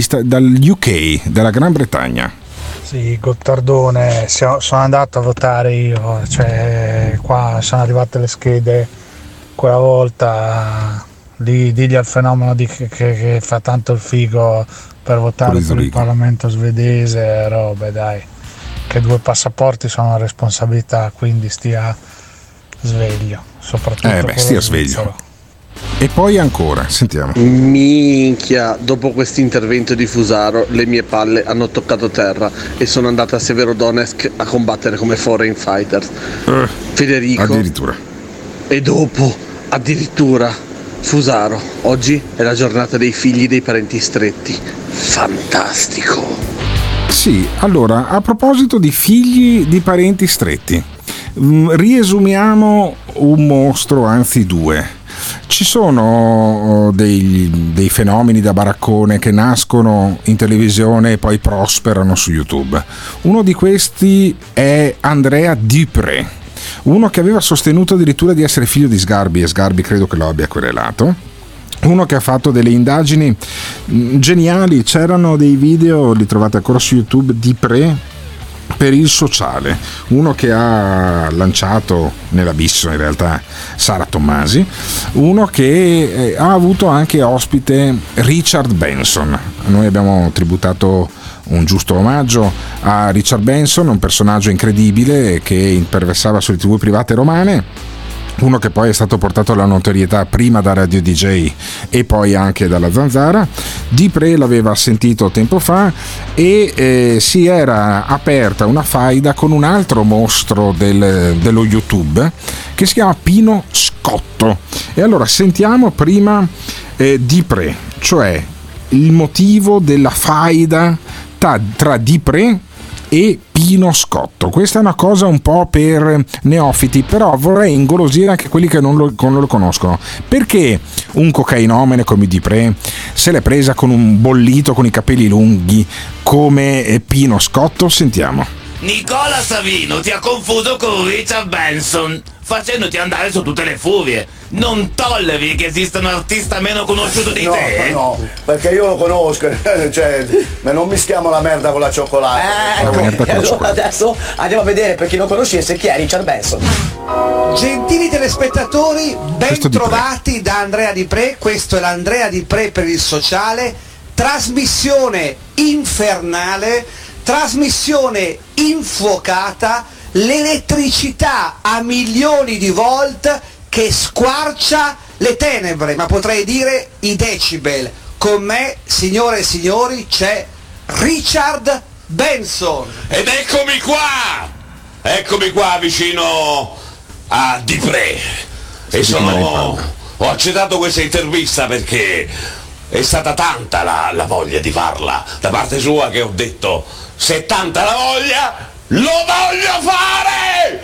UK, dalla Gran Bretagna. Sì, Gottardone, sono andato a votare io, cioè qua sono arrivate le schede, quella volta digli al fenomeno che fa tanto il figo per votare per il Parlamento svedese, robe dai, che 2 passaporti sono una responsabilità, quindi stia sveglio, soprattutto stia sveglio. E poi ancora, sentiamo. Minchia, dopo questo intervento di Fusaro le mie palle hanno toccato terra e sono andata a Severodonetsk a combattere come foreign fighters. Federico. Addirittura. E dopo, addirittura, Fusaro. Oggi è la giornata dei figli dei parenti stretti. Fantastico. Sì, allora, a proposito di figli di parenti stretti, riesumiamo un mostro, anzi 2. Ci sono dei fenomeni da baraccone che nascono in televisione e poi prosperano su YouTube. Uno di questi è Andrea Dupré, uno che aveva sostenuto addirittura di essere figlio di Sgarbi, e Sgarbi credo che lo abbia querelato. Uno che ha fatto delle indagini geniali, c'erano dei video, li trovate ancora su YouTube, Dupré per il sociale, uno che ha lanciato nell'abisso in realtà Sara Tommasi, uno che ha avuto anche ospite Richard Benson. Noi abbiamo tributato un giusto omaggio a Richard Benson, un personaggio incredibile che imperversava sulle TV private romane, uno che poi è stato portato alla notorietà prima da Radio DJ e poi anche dalla Zanzara. Dupré l'aveva sentito tempo fa e si era aperta una faida con un altro mostro dello YouTube che si chiama Pino Scotto. E allora sentiamo prima Dupré, cioè il motivo della faida tra Dupré e Pino Scotto. Questa è una cosa un po' per neofiti, però vorrei ingolosire anche quelli che non lo conoscono. Perché un cocainomane come Dupré se l'è presa con un bollito con i capelli lunghi come Pino Scotto? Sentiamo. Nicola Savino ti ha confuso con Richard Benson, facendoti andare su tutte le furie. Non tolleri che esista un artista meno conosciuto di te? No, perché io lo conosco, cioè, non mischiamo la merda con la cioccolata. Allora adesso andiamo a vedere, per chi non conoscesse, chi è Richard Benson. Gentili telespettatori, ben trovati da Andrea Dupré. Questo è l'Andrea Dupré per il sociale, trasmissione infernale, trasmissione infuocata, l'elettricità a milioni di volt che squarcia le tenebre, ma potrei dire i decibel. Con me, signore e signori, c'è Richard Benson. Ed eccomi qua vicino a Dupré. E ho accettato questa intervista perché è stata tanta la voglia di farla da parte sua, che ho detto: se è tanta la voglia, lo voglio fare!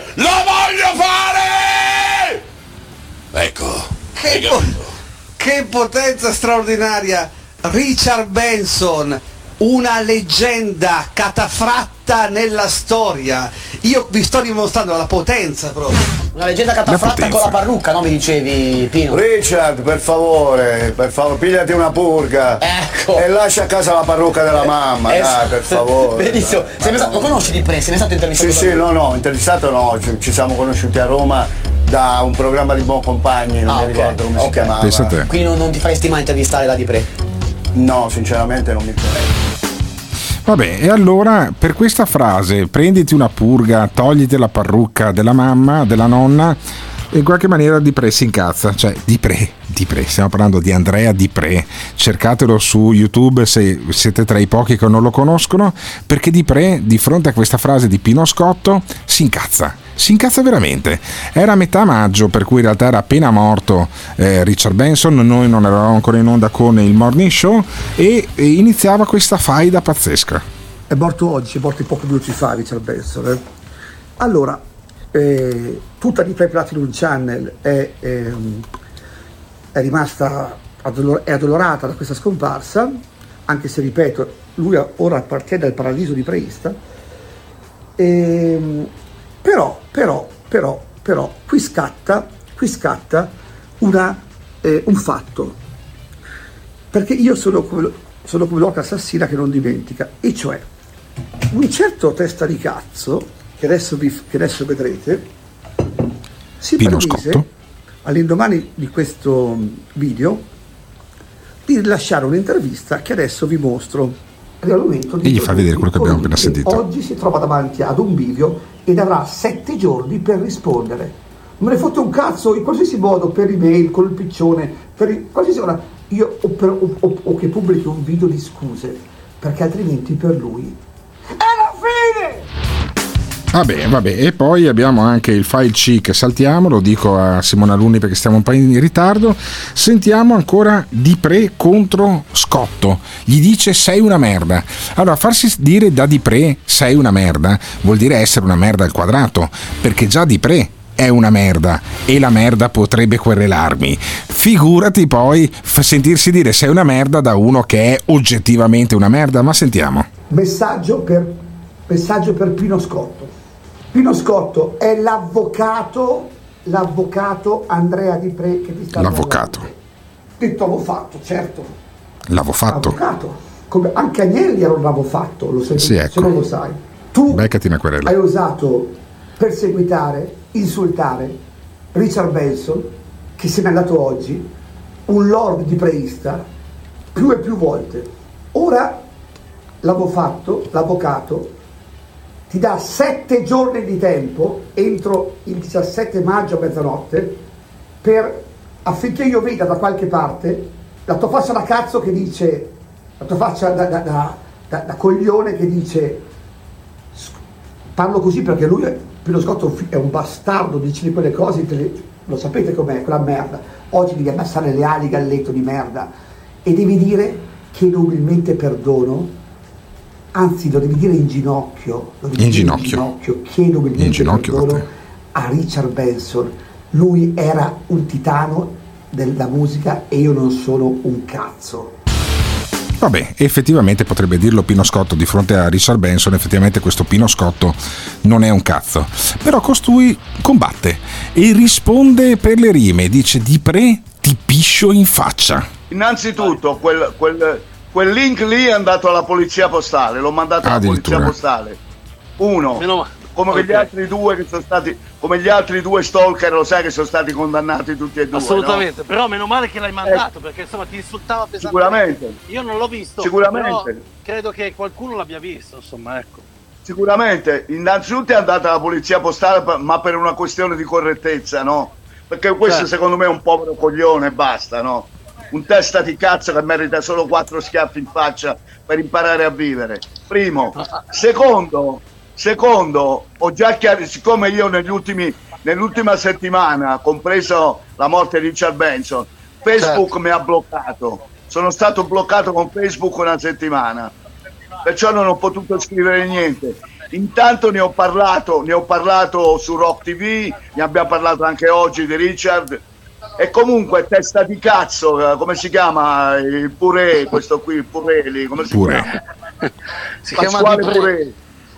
Ecco. Che potenza straordinaria! Richard Benson, una leggenda catafratta nella storia. Io vi sto dimostrando la potenza proprio. Una leggenda catafratta con la parrucca, no? Mi dicevi, Pino. Richard, per favore, pigliati una purga. Ecco. E lascia a casa la parrucca della mamma, dai, per favore. Benissimo. Lo conosci Di Pre? Sei mai stato intervistato? Sì, no, intervistato no, ci siamo conosciuti a Roma da un programma di Buon Compagni, non mi ricordo come si chiamava. Pensa te. Quindi non ti faresti mai intervistare da Di Pre? No, sinceramente non mi interessa. Vabbè, e allora per questa frase, prenditi una purga, togliti la parrucca della mamma, della nonna, in qualche maniera Di Pre si incazza, cioè Di Pre, stiamo parlando di Andrea Di Pre, cercatelo su YouTube se siete tra i pochi che non lo conoscono, perché Di Pre di fronte a questa frase di Pino Scotto si incazza veramente. Era a metà maggio, per cui in realtà era appena morto Richard Benson, noi non eravamo ancora in onda con il Morning Show e iniziava questa faida pazzesca. È morto oggi, è morto pochi minuti fa Richard Benson. Allora, tutta Di Pre Platinum Channel è rimasta addolorata da questa scomparsa, anche se, ripeto, lui ora appartiene al paradiso di preista. Però qui scatta un fatto, perché io sono come l'oca assassina che non dimentica, e cioè un certo testa di cazzo che adesso vedrete si permise all'indomani di questo video di rilasciare un'intervista che adesso vi mostro. E gli fa vedere quello che abbiamo appena sentito. Oggi si trova davanti ad un bivio ed avrà 7 giorni per rispondere. Non me ne fotte un cazzo in qualsiasi modo, per email, col piccione, qualsiasi ora, o che pubblichi un video di scuse, perché altrimenti per lui è la fine! Vabbè, e poi abbiamo anche il file C che saltiamo, lo dico a Simona Alunni perché stiamo un po' in ritardo. Sentiamo ancora Di Pre contro Scotto, gli dice sei una merda. Allora, farsi dire da Di Pre sei una merda vuol dire essere una merda al quadrato, perché già Di Pre è una merda e la merda potrebbe querelarmi, figurati poi sentirsi dire sei una merda da uno che è oggettivamente una merda. Ma sentiamo. Messaggio per Pino Scotto. Pino Scotto è l'avvocato Andrea Di Pre che ti sta l'avvocato parlando. Detto l'avevo fatto, certo. L'avvocato. Come anche Agnelli era un avofatto, lo sai, sì, ecco. Se non lo sai. Tu beccati una querela. Hai osato perseguitare, insultare Richard Benson, che se n'è andato oggi, un lord di preista, più e più volte. Ora l'avvocato ti dà 7 giorni di tempo entro il 17 maggio a mezzanotte affinché io veda da qualche parte la tua faccia da cazzo che dice, la tua faccia da coglione che dice, parlo così perché lui Pino Scotto è un bastardo, dice di quelle cose, lo sapete com'è quella merda. Oggi devi abbassare le ali, galletto di merda, e devi dire che nobilmente perdono. Anzi, lo devi dire in ginocchio. Chiedo perdono a Richard Benson. Lui era un titano della musica e io non sono un cazzo. Vabbè, effettivamente potrebbe dirlo Pino Scotto di fronte a Richard Benson. Effettivamente questo Pino Scotto non è un cazzo, però costui combatte e risponde per le rime. Dice: Di Pre ti piscio in faccia. Innanzitutto quel link lì è andato alla polizia postale, l'ho mandato alla polizia postale. Come gli altri due che sono stati, come gli altri due stalker, lo sai che sono stati condannati tutti e due. Assolutamente, no? Però meno male che l'hai mandato, perché insomma ti insultava pesantemente. Sicuramente. Io non l'ho visto, sicuramente. Però credo che qualcuno l'abbia visto, insomma, ecco. Sicuramente, innanzitutto è andata alla polizia postale, ma per una questione di correttezza, no? Perché questo secondo me è un povero coglione e basta, no? Un testa di cazzo che merita solo 4 schiaffi in faccia per imparare a vivere. Primo. Secondo, ho già chiarito, siccome io nell'ultima settimana, compreso la morte di Richard Benson, Facebook mi ha bloccato. Sono stato bloccato con Facebook una settimana, perciò non ho potuto scrivere niente. Intanto ne ho parlato su Rock TV, ne abbiamo parlato anche oggi di Richard. E comunque testa di cazzo, come si chiama il Purè, questo qui, il Purè lì, come si chiama? Si Pasquale chiama Purè.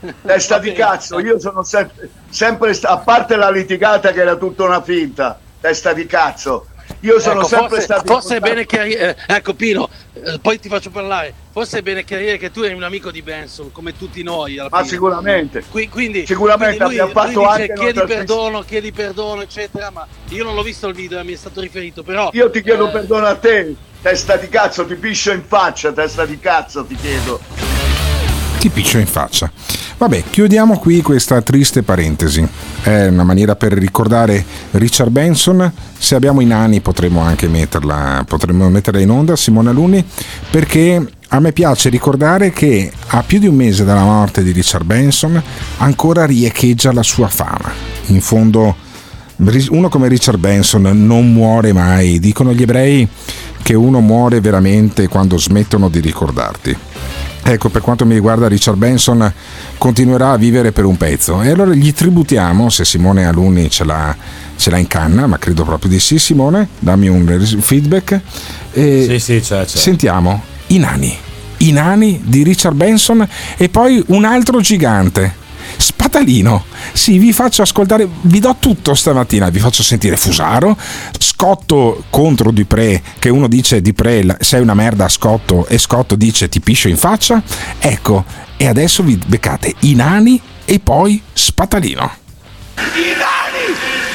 Testa di cazzo, io sono sempre a parte la litigata che era tutta una finta, testa di cazzo. Io sono sempre stato. Forse è bene chiarire, ecco Pino, poi ti faccio parlare. Forse è bene chiarire che tu eri un amico di Benson, come tutti noi. Alla fine. Sicuramente. Quindi abbiamo fatto lui anche. Chiedi perdono, eccetera. Ma io non l'ho visto il video, mi è stato riferito. Però io ti chiedo perdono a te, testa di cazzo, ti piscio in faccia, testa di cazzo, ti chiedo. Ti piccio in faccia. Vabbè, chiudiamo qui questa triste parentesi. È una maniera per ricordare Richard Benson. Se abbiamo i nani potremmo anche metterla in onda, Simone Alunni, perché a me piace ricordare che a più di un mese dalla morte di Richard Benson ancora riecheggia la sua fama. In fondo uno come Richard Benson non muore mai. Dicono gli ebrei che uno muore veramente quando smettono di ricordarti. Ecco, per quanto mi riguarda, Richard Benson continuerà a vivere per un pezzo, e allora gli tributiamo, se Simone Alunni ce l'ha in canna, ma credo proprio di sì. Simone, dammi un feedback. Sì, c'è. Sentiamo i nani di Richard Benson e poi un altro gigante, Spatalino. Sì, vi faccio ascoltare, vi do tutto stamattina, vi faccio sentire Fusaro, Scotto contro Dupré, che uno dice Dupré sei una merda Scotto, e Scotto dice ti piscio in faccia. Ecco, e adesso vi beccate i nani e poi Spatalino. I nani!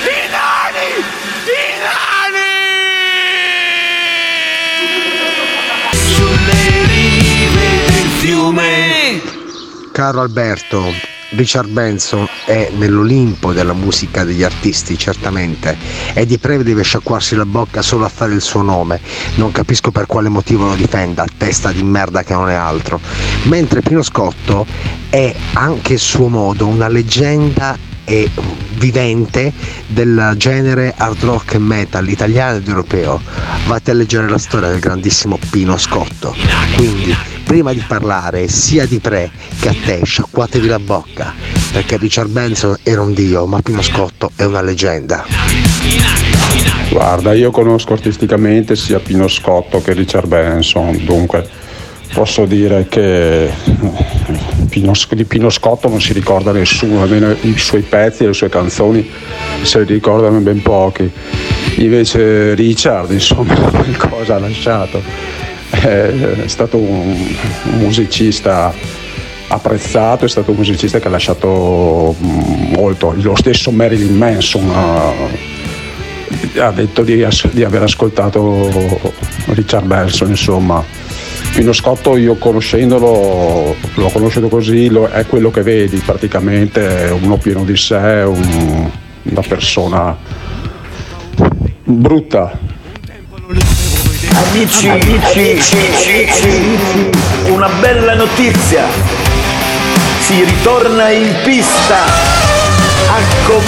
Sulle rive del fiume. Caro Alberto, Richard Benson è nell'Olimpo della musica degli artisti, certamente, e Dupré deve sciacquarsi la bocca solo a fare il suo nome. Non capisco per quale motivo lo difenda, testa di merda che non è altro. Mentre Pino Scotto è anche a suo modo una leggenda e vivente del genere hard rock e metal italiano ed europeo. Vate a leggere la storia del grandissimo Pino Scotto. Quindi, prima di parlare sia di Dupré che a te, sciacquatevi la bocca, perché Richard Benson era un dio, ma Pino Scotto è una leggenda. Guarda, io conosco artisticamente sia Pino Scotto che Richard Benson, dunque posso dire che di Pino Scotto non si ricorda nessuno, almeno i suoi pezzi e le sue canzoni se li ricordano ben pochi. Invece Richard, insomma, qualcosa ha lasciato. È stato un musicista apprezzato, è stato un musicista che ha lasciato molto. Lo stesso Marilyn Manson ha detto di aver ascoltato Richard Benson, insomma. Pino Scotto, io conoscendolo, l'ho conosciuto così, è quello che vedi praticamente, è uno pieno di sé, una persona brutta. Amici, una bella notizia, si ritorna in pista a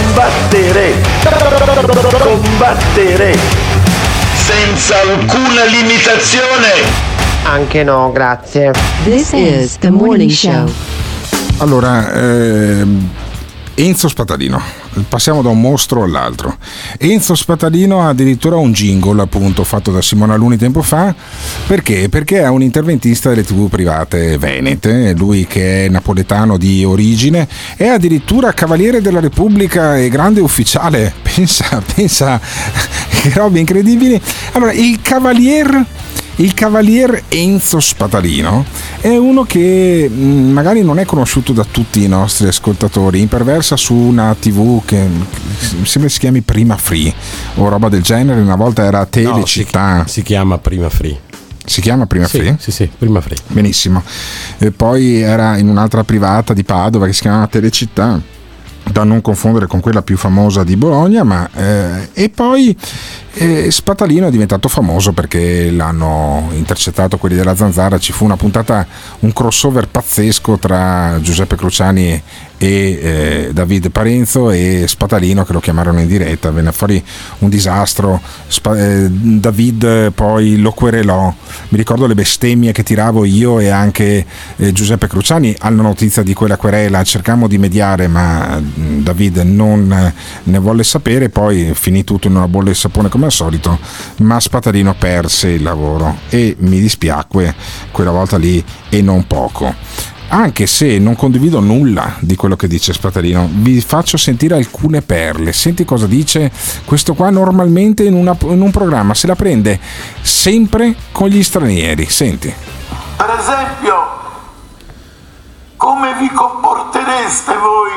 combattere senza alcuna limitazione. Anche no, grazie. This is the morning show. Allora, Enzo Spatalino, passiamo da un mostro all'altro. Enzo Spatalino ha addirittura un jingle, appunto, fatto da Simone Alunni tempo fa. Perché? Perché è un interventista delle TV private venete, lui che è napoletano di origine, è addirittura Cavaliere della Repubblica e grande ufficiale. Pensa che robe incredibili. Allora, il Cavalier Enzo Spatalino è uno che magari non è conosciuto da tutti i nostri ascoltatori, imperversa su una TV che mi sembra si chiami Prima Free o roba del genere, una volta era Telecittà. No, si chiama Prima Free. Si chiama Prima Free? Sì, Prima Free. Benissimo. E poi era in un'altra privata di Padova che si chiamava Telecittà, da non confondere con quella più famosa di Bologna, e poi Spatalino è diventato famoso perché l'hanno intercettato quelli della Zanzara. Ci fu una puntata, un crossover pazzesco tra Giuseppe Cruciani e David Parenzo e Spatalino, che lo chiamarono in diretta. Venne fuori un disastro. David poi lo querelò, mi ricordo le bestemmie che tiravo io e anche Giuseppe Cruciani alla notizia di quella querela. Cercammo di mediare, ma David non ne volle sapere, poi finì tutto in una bolla di sapone come al solito, ma Spatalino perse il lavoro e mi dispiacque quella volta lì, e non poco. anche se non condivido nulla di quello che dice Spatalino. Vi faccio sentire alcune perle. Senti cosa dice questo qua. Normalmente in un programma se la prende sempre con gli stranieri. Senti. Per esempio, come vi comportereste voi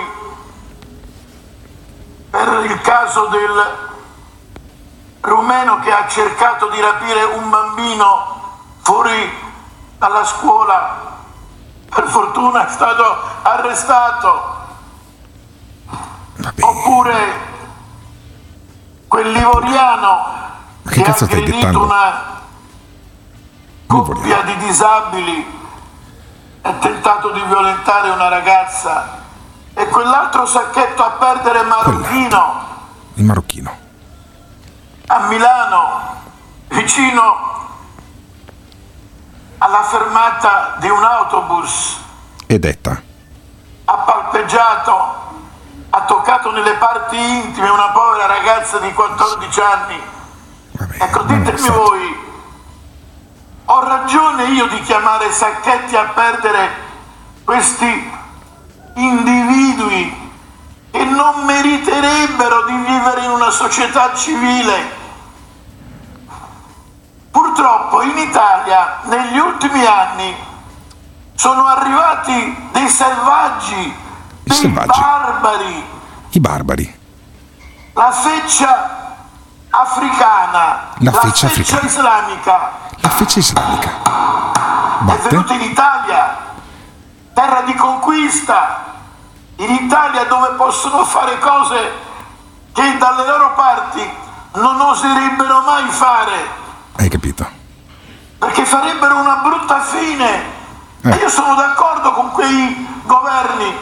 per il caso del rumeno che ha cercato di rapire un bambino fuori dalla scuola? Per fortuna è stato arrestato. Oppure quel livoriano che ha aggredito una coppia di disabili e tentato di violentare una ragazza, e quell'altro sacchetto a perdere marocchino, il marocchino, a Milano, vicino alla fermata di un autobus, è detta. ha palpeggiato, ha toccato nelle parti intime una povera ragazza di 14 anni. Ecco, ditemi voi, ho ragione io di chiamare sacchetti a perdere questi individui che non meriterebbero di vivere in una società civile? Purtroppo in Italia negli ultimi anni sono arrivati dei selvaggi, barbari. I barbari. La feccia africana, La feccia islamica. La feccia islamica. È venuta in Italia, terra di conquista, in Italia dove possono fare cose che dalle loro parti non oserebbero mai fare. Hai capito? Perché farebbero una brutta fine. E io sono d'accordo con quei governi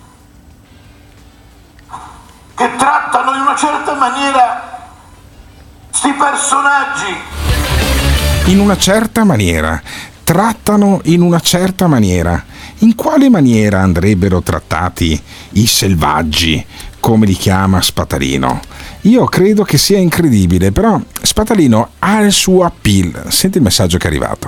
che trattano in una certa maniera sti personaggi. In una certa maniera. Trattano in una certa maniera. In quale maniera andrebbero trattati i selvaggi, come li chiama Spatalino? Io credo che sia incredibile, però Spatalino ha il suo appeal. Senti il messaggio che è arrivato.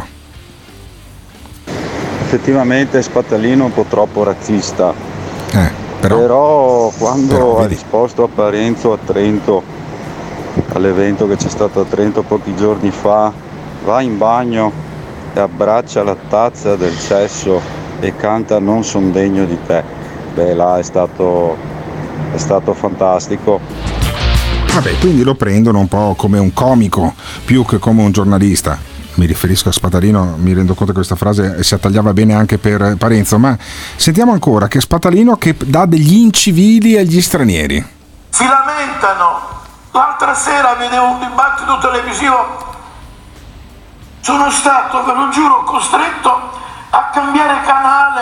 Effettivamente Spatalino è un po' troppo razzista, però quando ha risposto a Parenzo a Trento, all'evento che c'è stato a Trento pochi giorni fa, va in bagno e abbraccia la tazza del cesso e canta "Non son degno di te". Beh, là è stato fantastico. Vabbè, quindi lo prendono un po' come un comico più che come un giornalista. Mi riferisco a Spatalino, mi rendo conto che questa frase si attagliava bene anche per Parenzo, ma sentiamo ancora che Spatalino che dà degli incivili agli stranieri. Si lamentano. L'altra sera vedevo un dibattito televisivo, sono stato, ve lo giuro, costretto a cambiare canale.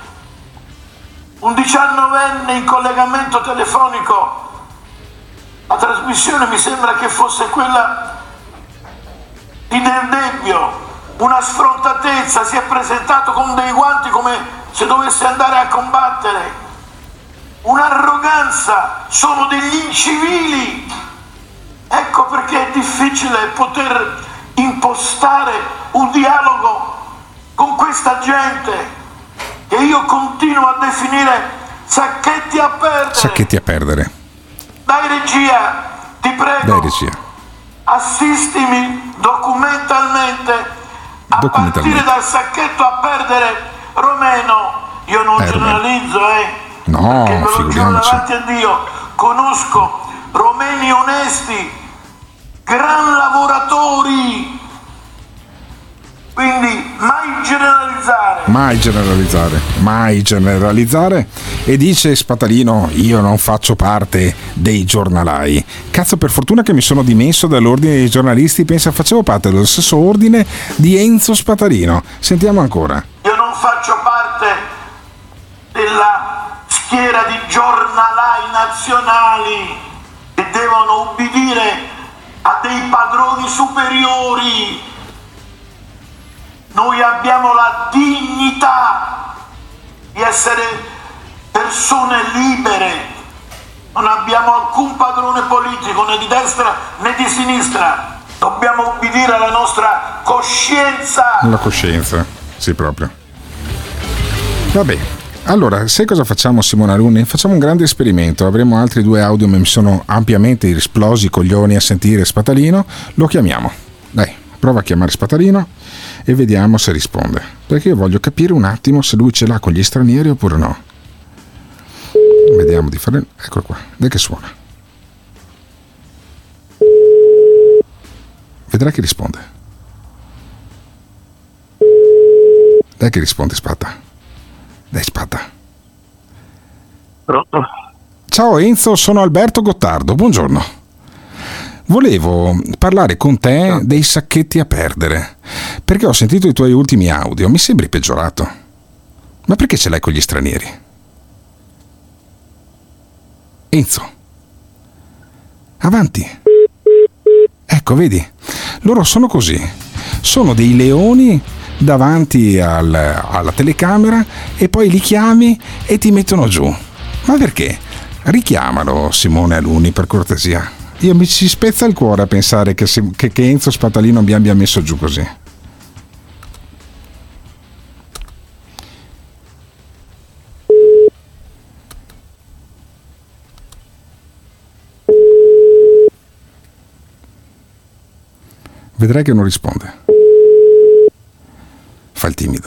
Un 19enne in collegamento telefonico, la trasmissione mi sembra che fosse quella di Del Debbio, una sfrontatezza, si è presentato con dei guanti come se dovesse andare a combattere, un'arroganza, sono degli incivili. Ecco perché è difficile poter impostare un dialogo con questa gente che io continuo a definire sacchetti a perdere. Sacchetti a perdere. Dai regia, ti prego. Dai regia. Assistimi documentalmente a partire dal sacchetto a perdere romeno. Io non generalizzo, no, perché ve lo giuro davanti a Dio, conosco romeni onesti, gran lavoratori, quindi mai generalizzare. Mai generalizzare. E dice Spatalino, io non faccio parte dei giornalai. Cazzo, per fortuna che mi sono dimesso dall'ordine dei giornalisti, pensa facevo parte dello stesso ordine di Enzo Spatalino. Sentiamo ancora. Io non faccio parte della schiera di giornalai nazionali che devono ubbidire a dei padroni superiori. Noi abbiamo la dignità di essere persone libere, non abbiamo alcun padrone politico né di destra né di sinistra, dobbiamo ubbidire alla nostra coscienza. La coscienza, sì, proprio. Vabbè, allora, sai cosa facciamo, Simone Alunni? Facciamo un grande esperimento. Avremo altri 2 audio, ma mi sono ampiamente esplosi i coglioni a sentire Spatalino. Lo chiamiamo. Dai, prova a chiamare Spatalino e vediamo se risponde. Perché io voglio capire un attimo se lui ce l'ha con gli stranieri oppure no. Vediamo di fare... Eccolo qua, dai che suona. Vedrai che risponde. Dai che risponde, Spata. Dai, Spata. Pronto? Ciao Enzo, sono Alberto Gottardo, buongiorno. Volevo parlare con te dei sacchetti a perdere, perché ho sentito i tuoi ultimi audio, mi sembri peggiorato. Ma perché ce l'hai con gli stranieri? Enzo. Avanti. Ecco, vedi, loro sono così. Sono dei leoni davanti alla telecamera e poi li chiami e ti mettono giù. Ma perché? Richiamalo, Simone Alunni, per cortesia. Io mi ci spezza il cuore a pensare che Enzo Spatalino mi abbia messo giù così. Vedrai che non risponde. Fa il timido.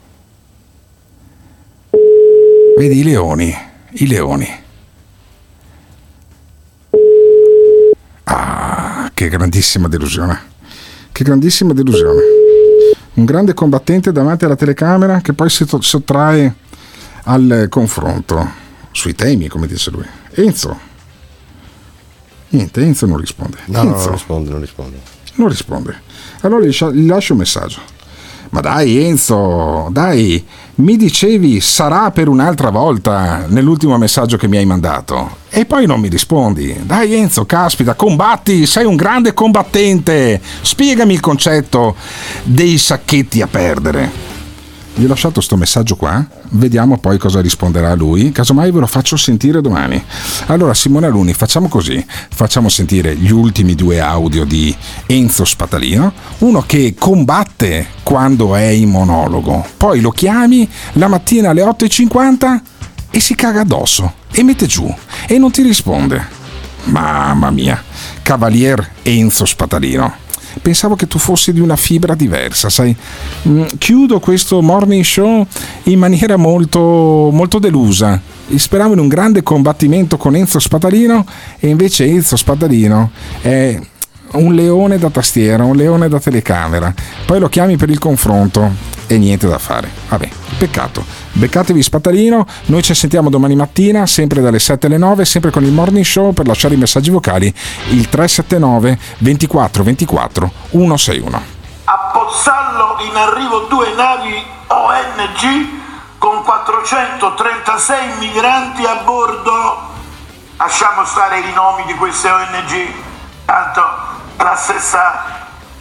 Vedi i leoni. Ah, che grandissima delusione. Un grande combattente davanti alla telecamera che poi si sottrae al confronto sui temi, come dice lui. Enzo. Niente, Enzo non risponde. Non risponde. Allora gli lascio un messaggio. Ma dai Enzo, dai, mi dicevi sarà per un'altra volta nell'ultimo messaggio che mi hai mandato e poi non mi rispondi. Dai Enzo, caspita, combatti, sei un grande combattente. Spiegami il concetto dei sacchetti a perdere. Gli ho lasciato sto messaggio qua, vediamo poi cosa risponderà lui, casomai ve lo faccio sentire domani. Allora Simone Alunni, facciamo così, facciamo sentire gli ultimi 2 audio di Enzo Spatalino, uno che combatte quando è in monologo, poi lo chiami la mattina alle 8:50 e si caga addosso e mette giù e non ti risponde. Mamma mia, Cavalier Enzo Spatalino. Pensavo che tu fossi di una fibra diversa, sai. Chiudo questo morning show in maniera molto, molto delusa. Speravo in un grande combattimento con Enzo Spatalino e invece Enzo Spatalino è un leone da tastiera, un leone da telecamera. Poi lo chiami per il confronto e niente da fare. Vabbè, peccato. Beccatevi Spatalino, noi ci sentiamo domani mattina, sempre dalle 7 alle 9, sempre con il morning show. Per lasciare i messaggi vocali, il 379 24 24 161. A Pozzallo in arrivo 2 navi ONG con 436 migranti a bordo. Lasciamo stare i nomi di queste ONG, tanto la stessa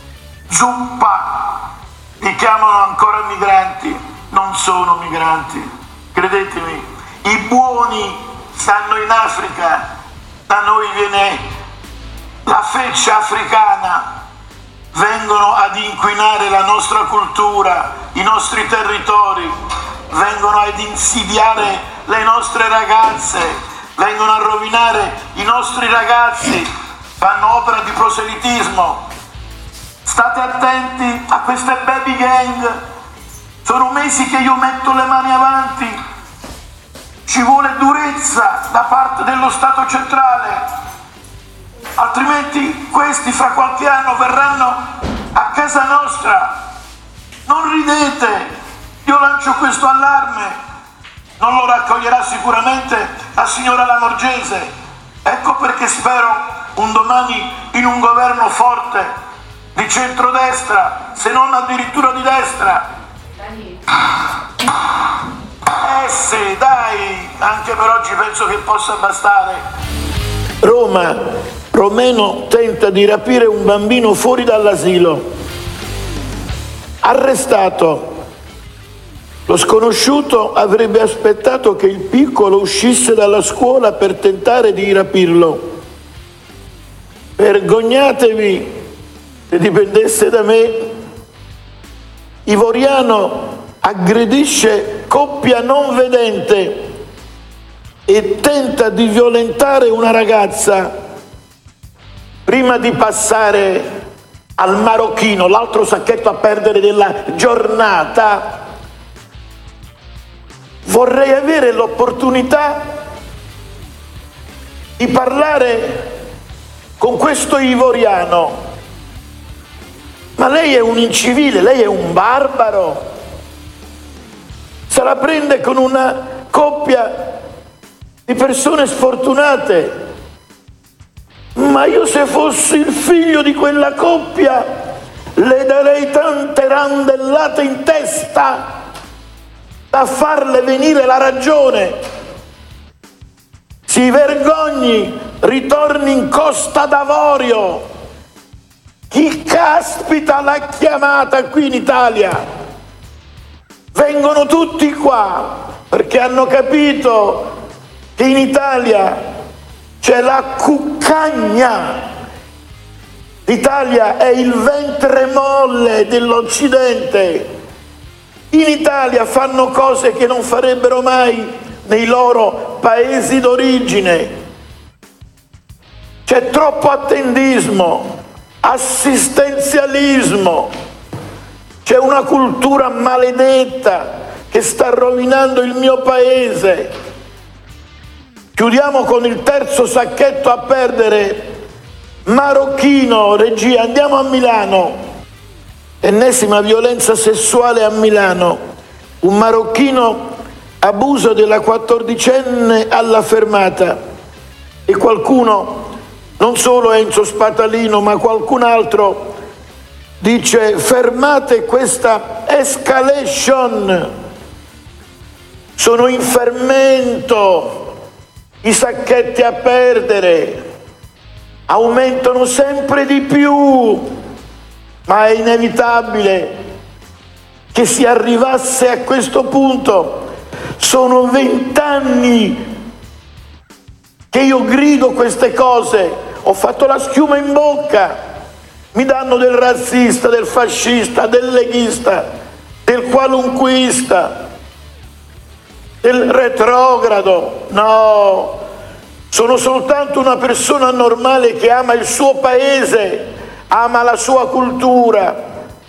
zuppa li chiamano ancora migranti. Non sono migranti, credetemi. I buoni stanno in Africa, da noi viene la feccia africana, vengono ad inquinare la nostra cultura, i nostri territori, vengono ad insidiare le nostre ragazze, vengono a rovinare i nostri ragazzi, fanno opera di proselitismo. State attenti a queste baby gang. Sono mesi che io metto le mani avanti, ci vuole durezza da parte dello Stato centrale, altrimenti questi fra qualche anno verranno a casa nostra. Non ridete, io lancio questo allarme, non lo raccoglierà sicuramente la signora Lamorgese, ecco perché spero un domani in un governo forte di centrodestra, se non addirittura di destra. Sì, dai, anche per oggi penso che possa bastare. Roma, romeno tenta di rapire un bambino fuori dall'asilo. Arrestato. Lo sconosciuto avrebbe aspettato che il piccolo uscisse dalla scuola per tentare di rapirlo. Vergognatevi, se dipendesse da me. Ivoriano aggredisce coppia non vedente e tenta di violentare una ragazza prima di passare al marocchino, l'altro sacchetto a perdere della giornata, vorrei avere l'opportunità di parlare con questo ivoriano. Ma lei è un incivile, lei è un barbaro. Se la prende con una coppia di persone sfortunate. Ma io se fossi il figlio di quella coppia le darei tante randellate in testa da farle venire la ragione. Si vergogni, ritorni in Costa d'Avorio. Chi caspita l'ha chiamata qui in Italia? Vengono tutti qua perché hanno capito che in Italia c'è la cuccagna. L'Italia è il ventre molle dell'Occidente. In Italia fanno cose che non farebbero mai nei loro paesi d'origine. C'è troppo attendismo, assistenzialismo, c'è una cultura maledetta che sta rovinando il mio paese. Chiudiamo con il terzo sacchetto a perdere. Marocchino, regia, andiamo a Milano. Ennesima violenza sessuale a Milano. Un marocchino abuso della 14enne alla fermata. E qualcuno, non solo Enzo Spatalino, ma qualcun altro, dice: fermate questa escalation. Sono in fermento. I sacchetti a perdere aumentano sempre di più, ma è inevitabile che si arrivasse a questo punto. Sono 20 anni che io grido queste cose, ho fatto la schiuma in bocca, mi danno del razzista, del fascista, del leghista, del qualunquista, del retrogrado. No, sono soltanto una persona normale che ama il suo paese, ama la sua cultura,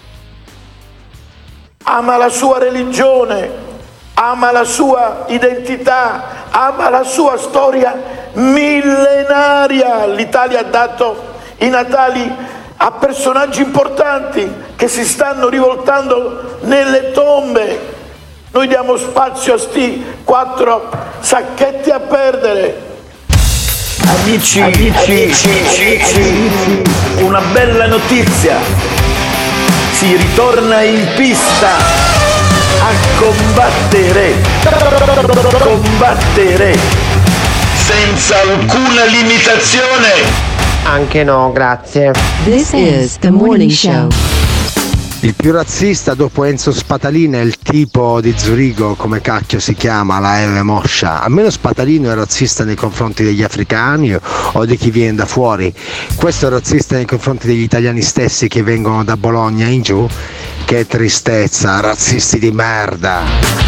ama la sua religione, ama la sua identità, ama la sua storia millenaria. L'Italia ha dato i Natali a personaggi importanti che si stanno rivoltando nelle tombe. Noi diamo spazio a sti 4 sacchetti a perdere. Amici, una bella notizia. Si ritorna in pista a combattere senza alcuna limitazione. Anche no, grazie. This is the morning show. Il più razzista dopo Enzo Spatalino è il tipo di Zurigo, come cacchio si chiama, la Eve Moscia. Almeno Spatalino è razzista nei confronti degli africani o di chi viene da fuori. Questo è razzista nei confronti degli italiani stessi che vengono da Bologna in giù. Che tristezza, razzisti di merda.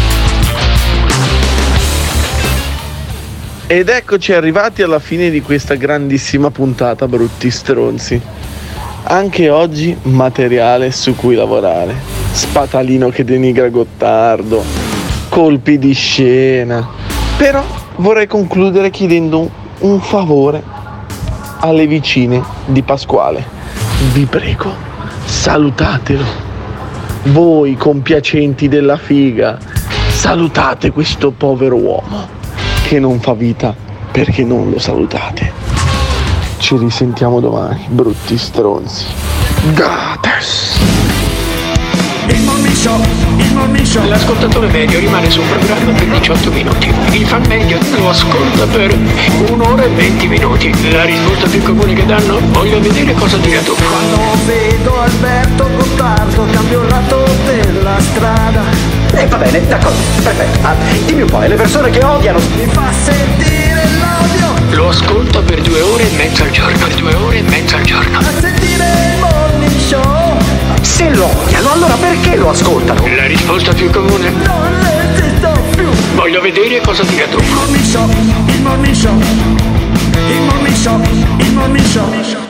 Ed eccoci arrivati alla fine di questa grandissima puntata, brutti stronzi. Anche oggi materiale su cui lavorare. Spatalino che denigra Gottardo, colpi di scena. Però vorrei concludere chiedendo un favore alle vicine di Pasquale. Vi prego, salutatelo. Voi compiacenti della figa, salutate questo povero uomo che non fa vita perché non lo salutate. Ci risentiamo domani, brutti stronzi. Gates. Il morning show. L'ascoltatore medio rimane sul programma per 18 minuti. Il fan medio lo ascolta per 1 ora e 20 minuti. La risposta più comune che danno: voglio vedere cosa dirà tu. Quando vedo Alberto Gottardo cambio il lato della strada. Va bene, d'accordo, perfetto. Dimmi un po', le persone che odiano Mi fa sentire l'odio. Lo ascolta per 2 ore e mezza al giorno. Per 2 ore e mezza al giorno. A sentire il morning show. Se lo odiano, allora perché lo ascoltano. La risposta più comune? Non resisto più. Voglio vedere cosa tira tu. Il morning show, il morning show, il morning show, il morning show.